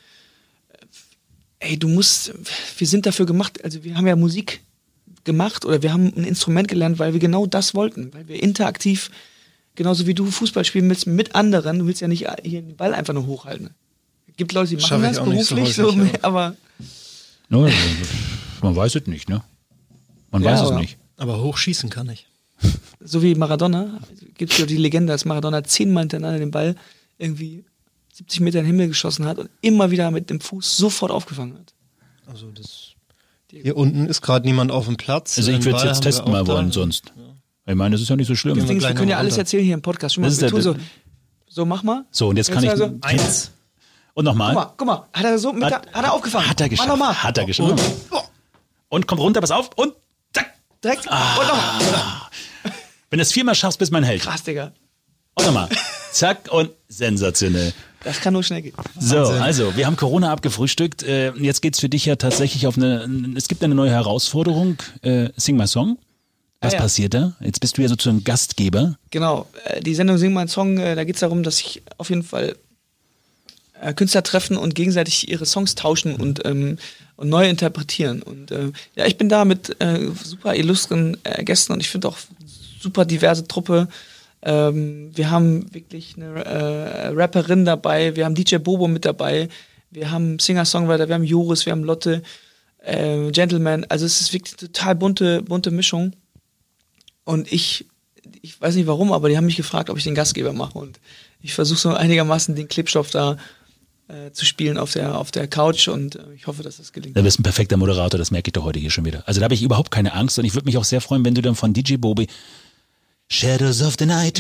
wir sind dafür gemacht, also wir haben ja Musik gemacht oder wir haben ein Instrument gelernt, weil wir genau das wollten, weil wir interaktiv, genauso wie du Fußball spielen willst mit anderen, du willst ja nicht hier den Ball einfach nur hochhalten. Es gibt Leute, die machen das beruflich, aber... No, man weiß es nicht, ne? Man weiß es nicht. Aber hochschießen kann ich. So wie Maradona, gibt es ja die Legende, dass Maradona 10-mal hintereinander den Ball irgendwie 70 Meter in den Himmel geschossen hat und immer wieder mit dem Fuß sofort aufgefangen hat. Also hier unten ist gerade niemand auf dem Platz. Also ich würde es jetzt testen mal wollen, sonst. Ja. Ich meine, das ist ja nicht so schlimm. Wir können ja alles erzählen hier im Podcast. Schon mal, so, mach mal. So, und jetzt kann ich... Also, 1. Und nochmal. Guck mal. Hat er aufgefangen. Hat er geschafft. Mach nochmal. Hat er geschafft. Und kommt runter, pass auf. Und zack. Direkt. Und nochmal. Wenn du es 4-mal schaffst, bist du mein Held. Krass, Digga. Und nochmal. Zack und sensationell. Das kann nur schnell gehen. So, also, wir haben Corona abgefrühstückt. Jetzt geht's für dich ja tatsächlich es gibt eine neue Herausforderung. Sing My Song. Was passiert da? Jetzt bist du ja sozusagen Gastgeber. Genau, die Sendung Sing mein Song, da geht es darum, dass sich auf jeden Fall Künstler treffen und gegenseitig ihre Songs tauschen und neu interpretieren. Und ich bin da mit super illustren Gästen und ich finde auch super diverse Truppe. Wir haben wirklich eine Rapperin dabei, wir haben DJ Bobo mit dabei, wir haben Singer-Songwriter, wir haben Joris, wir haben Lotte, Gentleman. Also es ist wirklich eine total bunte Mischung. Und ich weiß nicht warum, aber die haben mich gefragt, ob ich den Gastgeber mache. Und ich versuche so einigermaßen den Klebstoff da zu spielen auf der Couch und ich hoffe, dass das gelingt. Du bist ein perfekter Moderator, das merke ich doch heute hier schon wieder. Also da habe ich überhaupt keine Angst und ich würde mich auch sehr freuen, wenn du dann von DJ Bobi Shadows of the Night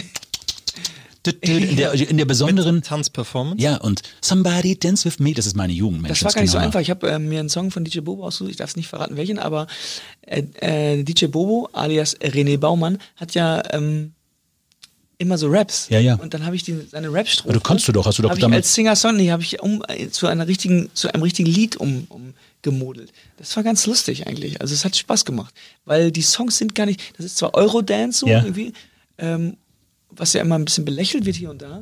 in der besonderen Tanzperformance. Ja, und Somebody Dance With Me, das ist meine Jugend. Mensch, das war gar nicht so einfach. Ich habe mir einen Song von DJ Bobo ausgesucht, ich darf es nicht verraten welchen, aber DJ Bobo alias René Baumann hat ja immer so Raps. Ja. Und dann habe ich seine Rap-Strophe. Aber hast du doch damals. Als Singer-Song, habe ich zu einem richtigen Lied umgemodelt. Das war ganz lustig eigentlich. Also es hat Spaß gemacht. Weil die Songs sind gar nicht, das ist zwar Eurodance so irgendwie, was ja immer ein bisschen belächelt wird hier und da,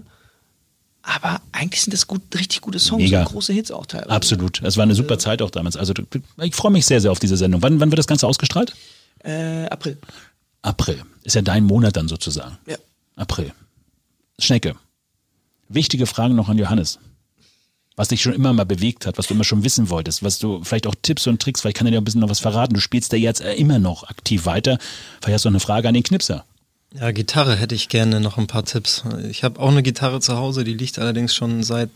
aber eigentlich sind das richtig gute Songs Mega. Und große Hits auch teilweise. Absolut. Es war eine super Zeit auch damals. Also ich freue mich sehr, sehr auf diese Sendung. Wann wird das Ganze ausgestrahlt? April. April. Ist ja dein Monat dann sozusagen. Ja. April. Schnecke. Wichtige Fragen noch an Johannes. Was dich schon immer mal bewegt hat, was du immer schon wissen wolltest, was du vielleicht auch Tipps und Tricks, vielleicht kann er dir ein bisschen noch was verraten. Du spielst da jetzt immer noch aktiv weiter. Vielleicht hast du noch eine Frage an den Knipser. Ja, Gitarre hätte ich gerne noch ein paar Tipps. Ich habe auch eine Gitarre zu Hause, die liegt allerdings schon seit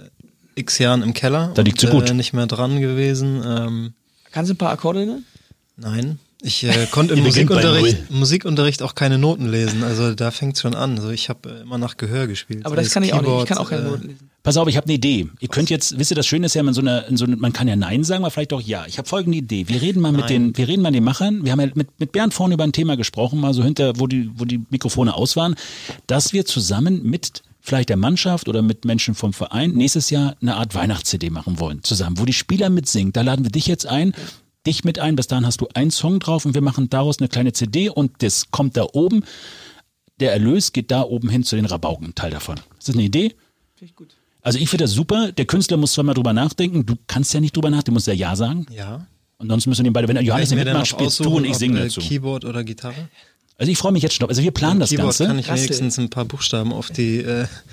x Jahren im Keller. Da liegt sie gut. Nicht mehr dran gewesen. Kannst du ein paar Akkorde nennen? Nein. Ich konnte im Musikunterricht auch keine Noten lesen, also da fängt's schon an. Also ich habe immer nach Gehör gespielt. Aber das kann ich auch nicht, ich kann auch keine Noten lesen. Pass auf, ich habe eine Idee. Ihr könnt jetzt, wisst ihr, das Schöne ist ja, man kann ja Nein sagen, aber vielleicht auch Ja. Ich habe folgende Idee. Wir reden mal mit den Machern. Wir haben ja mit Bernd vorne über ein Thema gesprochen, mal so hinter, wo die Mikrofone aus waren, dass wir zusammen mit vielleicht der Mannschaft oder mit Menschen vom Verein nächstes Jahr eine Art Weihnachts-CD machen wollen. Zusammen, wo die Spieler mitsingen. Da laden wir dich jetzt ein. Dich mit ein, bis dahin hast du einen Song drauf und wir machen daraus eine kleine CD und das kommt da oben. Der Erlös geht da oben hin zu den Rabauken, Teil davon. Ist das eine Idee? Finde ich gut. Also ich finde das super. Der Künstler muss zwar mal drüber nachdenken. Du kannst ja nicht drüber nachdenken, du musst ja sagen. Ja. Und sonst müssen wir den beide, wenn Johannes mitmacht, spielst du und ich singe dazu. Keyboard oder Gitarre? Also ich freue mich jetzt schon. Also wir planen das Keyboard Ganze. Kann ich wenigstens ein paar Buchstaben auf die,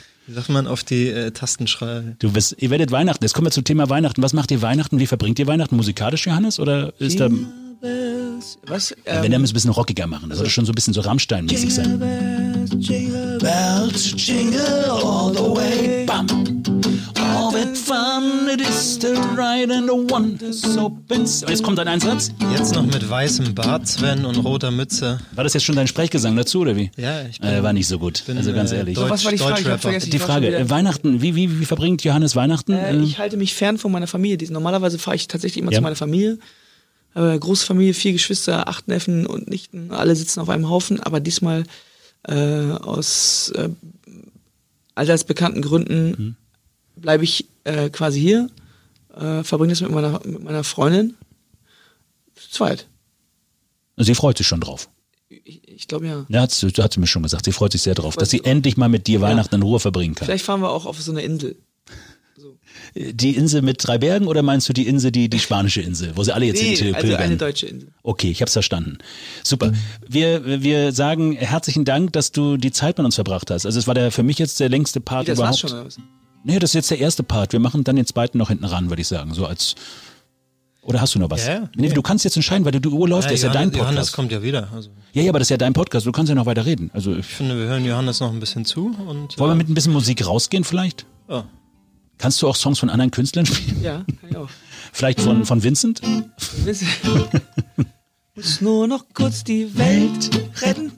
auf die Tasten schreiben. Ihr werdet Weihnachten. Jetzt kommen wir zum Thema Weihnachten. Was macht ihr Weihnachten? Wie verbringt ihr Weihnachten? Musikalisch, Johannes? Oder ist da... Was? Wenn wir es ein bisschen rockiger machen. Das sollte schon so ein bisschen so Rammstein-mäßig sein. Jingle bells, jingle all the way. Bam. All that fun it is to ride and the wonders opens. Und jetzt kommt ein Einsatz. Jetzt noch mit weißem Bart, Sven, und roter Mütze. War das jetzt schon dein Sprechgesang dazu, oder wie? Ja, ich bin... war nicht so gut, also ganz ehrlich. Was war die Frage? Ich hab vergessen. Die Frage, Weihnachten, wie verbringt Johannes Weihnachten? Ich halte mich fern von meiner Familie. Normalerweise fahre ich tatsächlich immer zu meiner Familie. Große Familie, 4 Geschwister, 8 Neffen und Nichten, alle sitzen auf einem Haufen, aber diesmal aus allseits Gründen bleibe ich quasi hier, verbringe das mit meiner Freundin zu zweit. Sie freut sich schon drauf. Ich glaube ja. Ja, hat sie mir schon gesagt, sie freut sich sehr drauf, dass sie endlich mal mit dir Weihnachten in Ruhe verbringen kann. Vielleicht fahren wir auch auf so eine Insel. Die Insel mit 3 Bergen oder meinst du die Insel, die spanische Insel, wo sie alle jetzt hin also eine deutsche Insel. Okay, ich hab's verstanden. Super. Wir sagen herzlichen Dank, dass du die Zeit mit uns verbracht hast. Also es war für mich jetzt der längste Part das überhaupt. War's schon, oder was? Nee, das ist jetzt der erste Part. Wir machen dann den zweiten noch hinten ran, würde ich sagen. So als. Oder hast du noch was? Ja. Nee, du kannst jetzt entscheiden, weil die Uhr läuft, das ist ja dein Podcast. Johannes kommt ja wieder. Also. Ja, aber das ist ja dein Podcast, du kannst ja noch weiter reden. Also ich finde, wir hören Johannes noch ein bisschen zu. Und, wollen wir mit ein bisschen Musik rausgehen vielleicht? Ja. Kannst du auch Songs von anderen Künstlern spielen? Ja, kann ich auch. Vielleicht von Vincent? Muss nur noch kurz die Welt retten.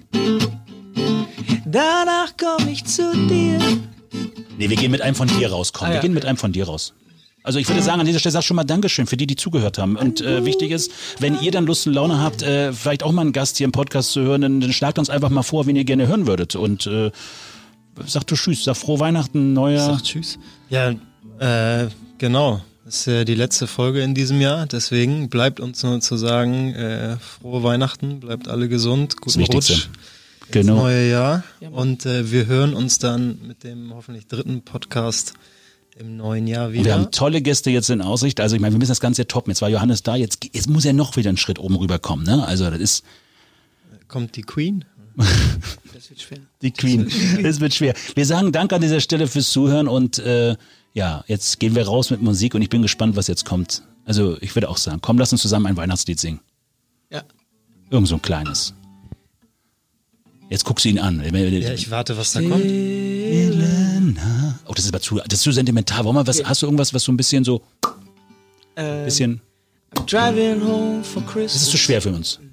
Danach komme ich zu dir. Nee, wir gehen mit einem von dir raus, komm. Wir gehen mit einem von dir raus. Also ich würde sagen, an dieser Stelle sag schon mal Dankeschön für die zugehört haben. Und wichtig ist, wenn ihr dann Lust und Laune habt, vielleicht auch mal einen Gast hier im Podcast zu hören, dann schlagt uns einfach mal vor, wen ihr gerne hören würdet. Und sag du Tschüss, sag frohe Weihnachten, Neujahr. Sag Tschüss. Ja, genau. Das ist ja die letzte Folge in diesem Jahr, deswegen bleibt uns nur zu sagen, frohe Weihnachten, bleibt alle gesund, guten Rutsch ins neue Jahr und wir hören uns dann mit dem hoffentlich 3. Podcast im neuen Jahr wieder. Und wir haben tolle Gäste jetzt in Aussicht, also ich meine, wir müssen das Ganze ja toppen, jetzt war Johannes da, jetzt muss er noch wieder einen Schritt oben rüberkommen, ne? Also das ist... Kommt die Queen? Das wird schwer. Die Queen, das wird schwer. Wir sagen Dank an dieser Stelle fürs Zuhören und jetzt gehen wir raus mit Musik und ich bin gespannt, was jetzt kommt. Also ich würde auch sagen, komm, lass uns zusammen ein Weihnachtslied singen. Ja. Irgend so ein kleines. Jetzt guckst du ihn an. Ja, ich warte, was da kommt. Oh, das ist aber zu sentimental. Warum hast du irgendwas, was so ein bisschen so bisschen... I'm driving home for Christmas. Das ist zu schwer für uns.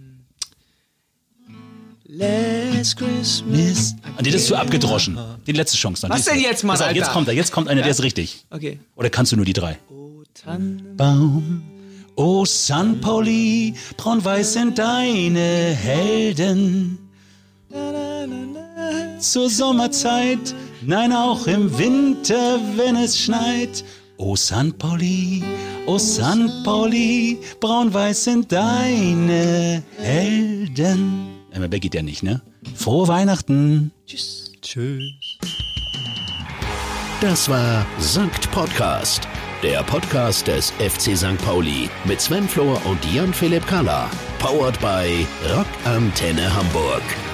Last Christmas. Das ist zu abgedroschen. Die letzte Chance dann. Was denn jetzt, Mann, Alter? Jetzt kommt einer, der ist richtig. Okay. Oder kannst du nur die 3? Oh, Tannenbaum. Baum. Oh, St. Pauli, braun-weiß sind deine Helden. Zur Sommerzeit, nein, auch im Winter, wenn es schneit. Oh, St. Pauli, braun-weiß sind deine Helden. Aber mehr geht ja nicht, ne? Frohe Weihnachten. Tschüss. Tschüss. Das war Sankt Podcast, der Podcast des FC St. Pauli mit Sven Flohr und Jan-Philipp Kahler. Powered by Rock Antenne Hamburg.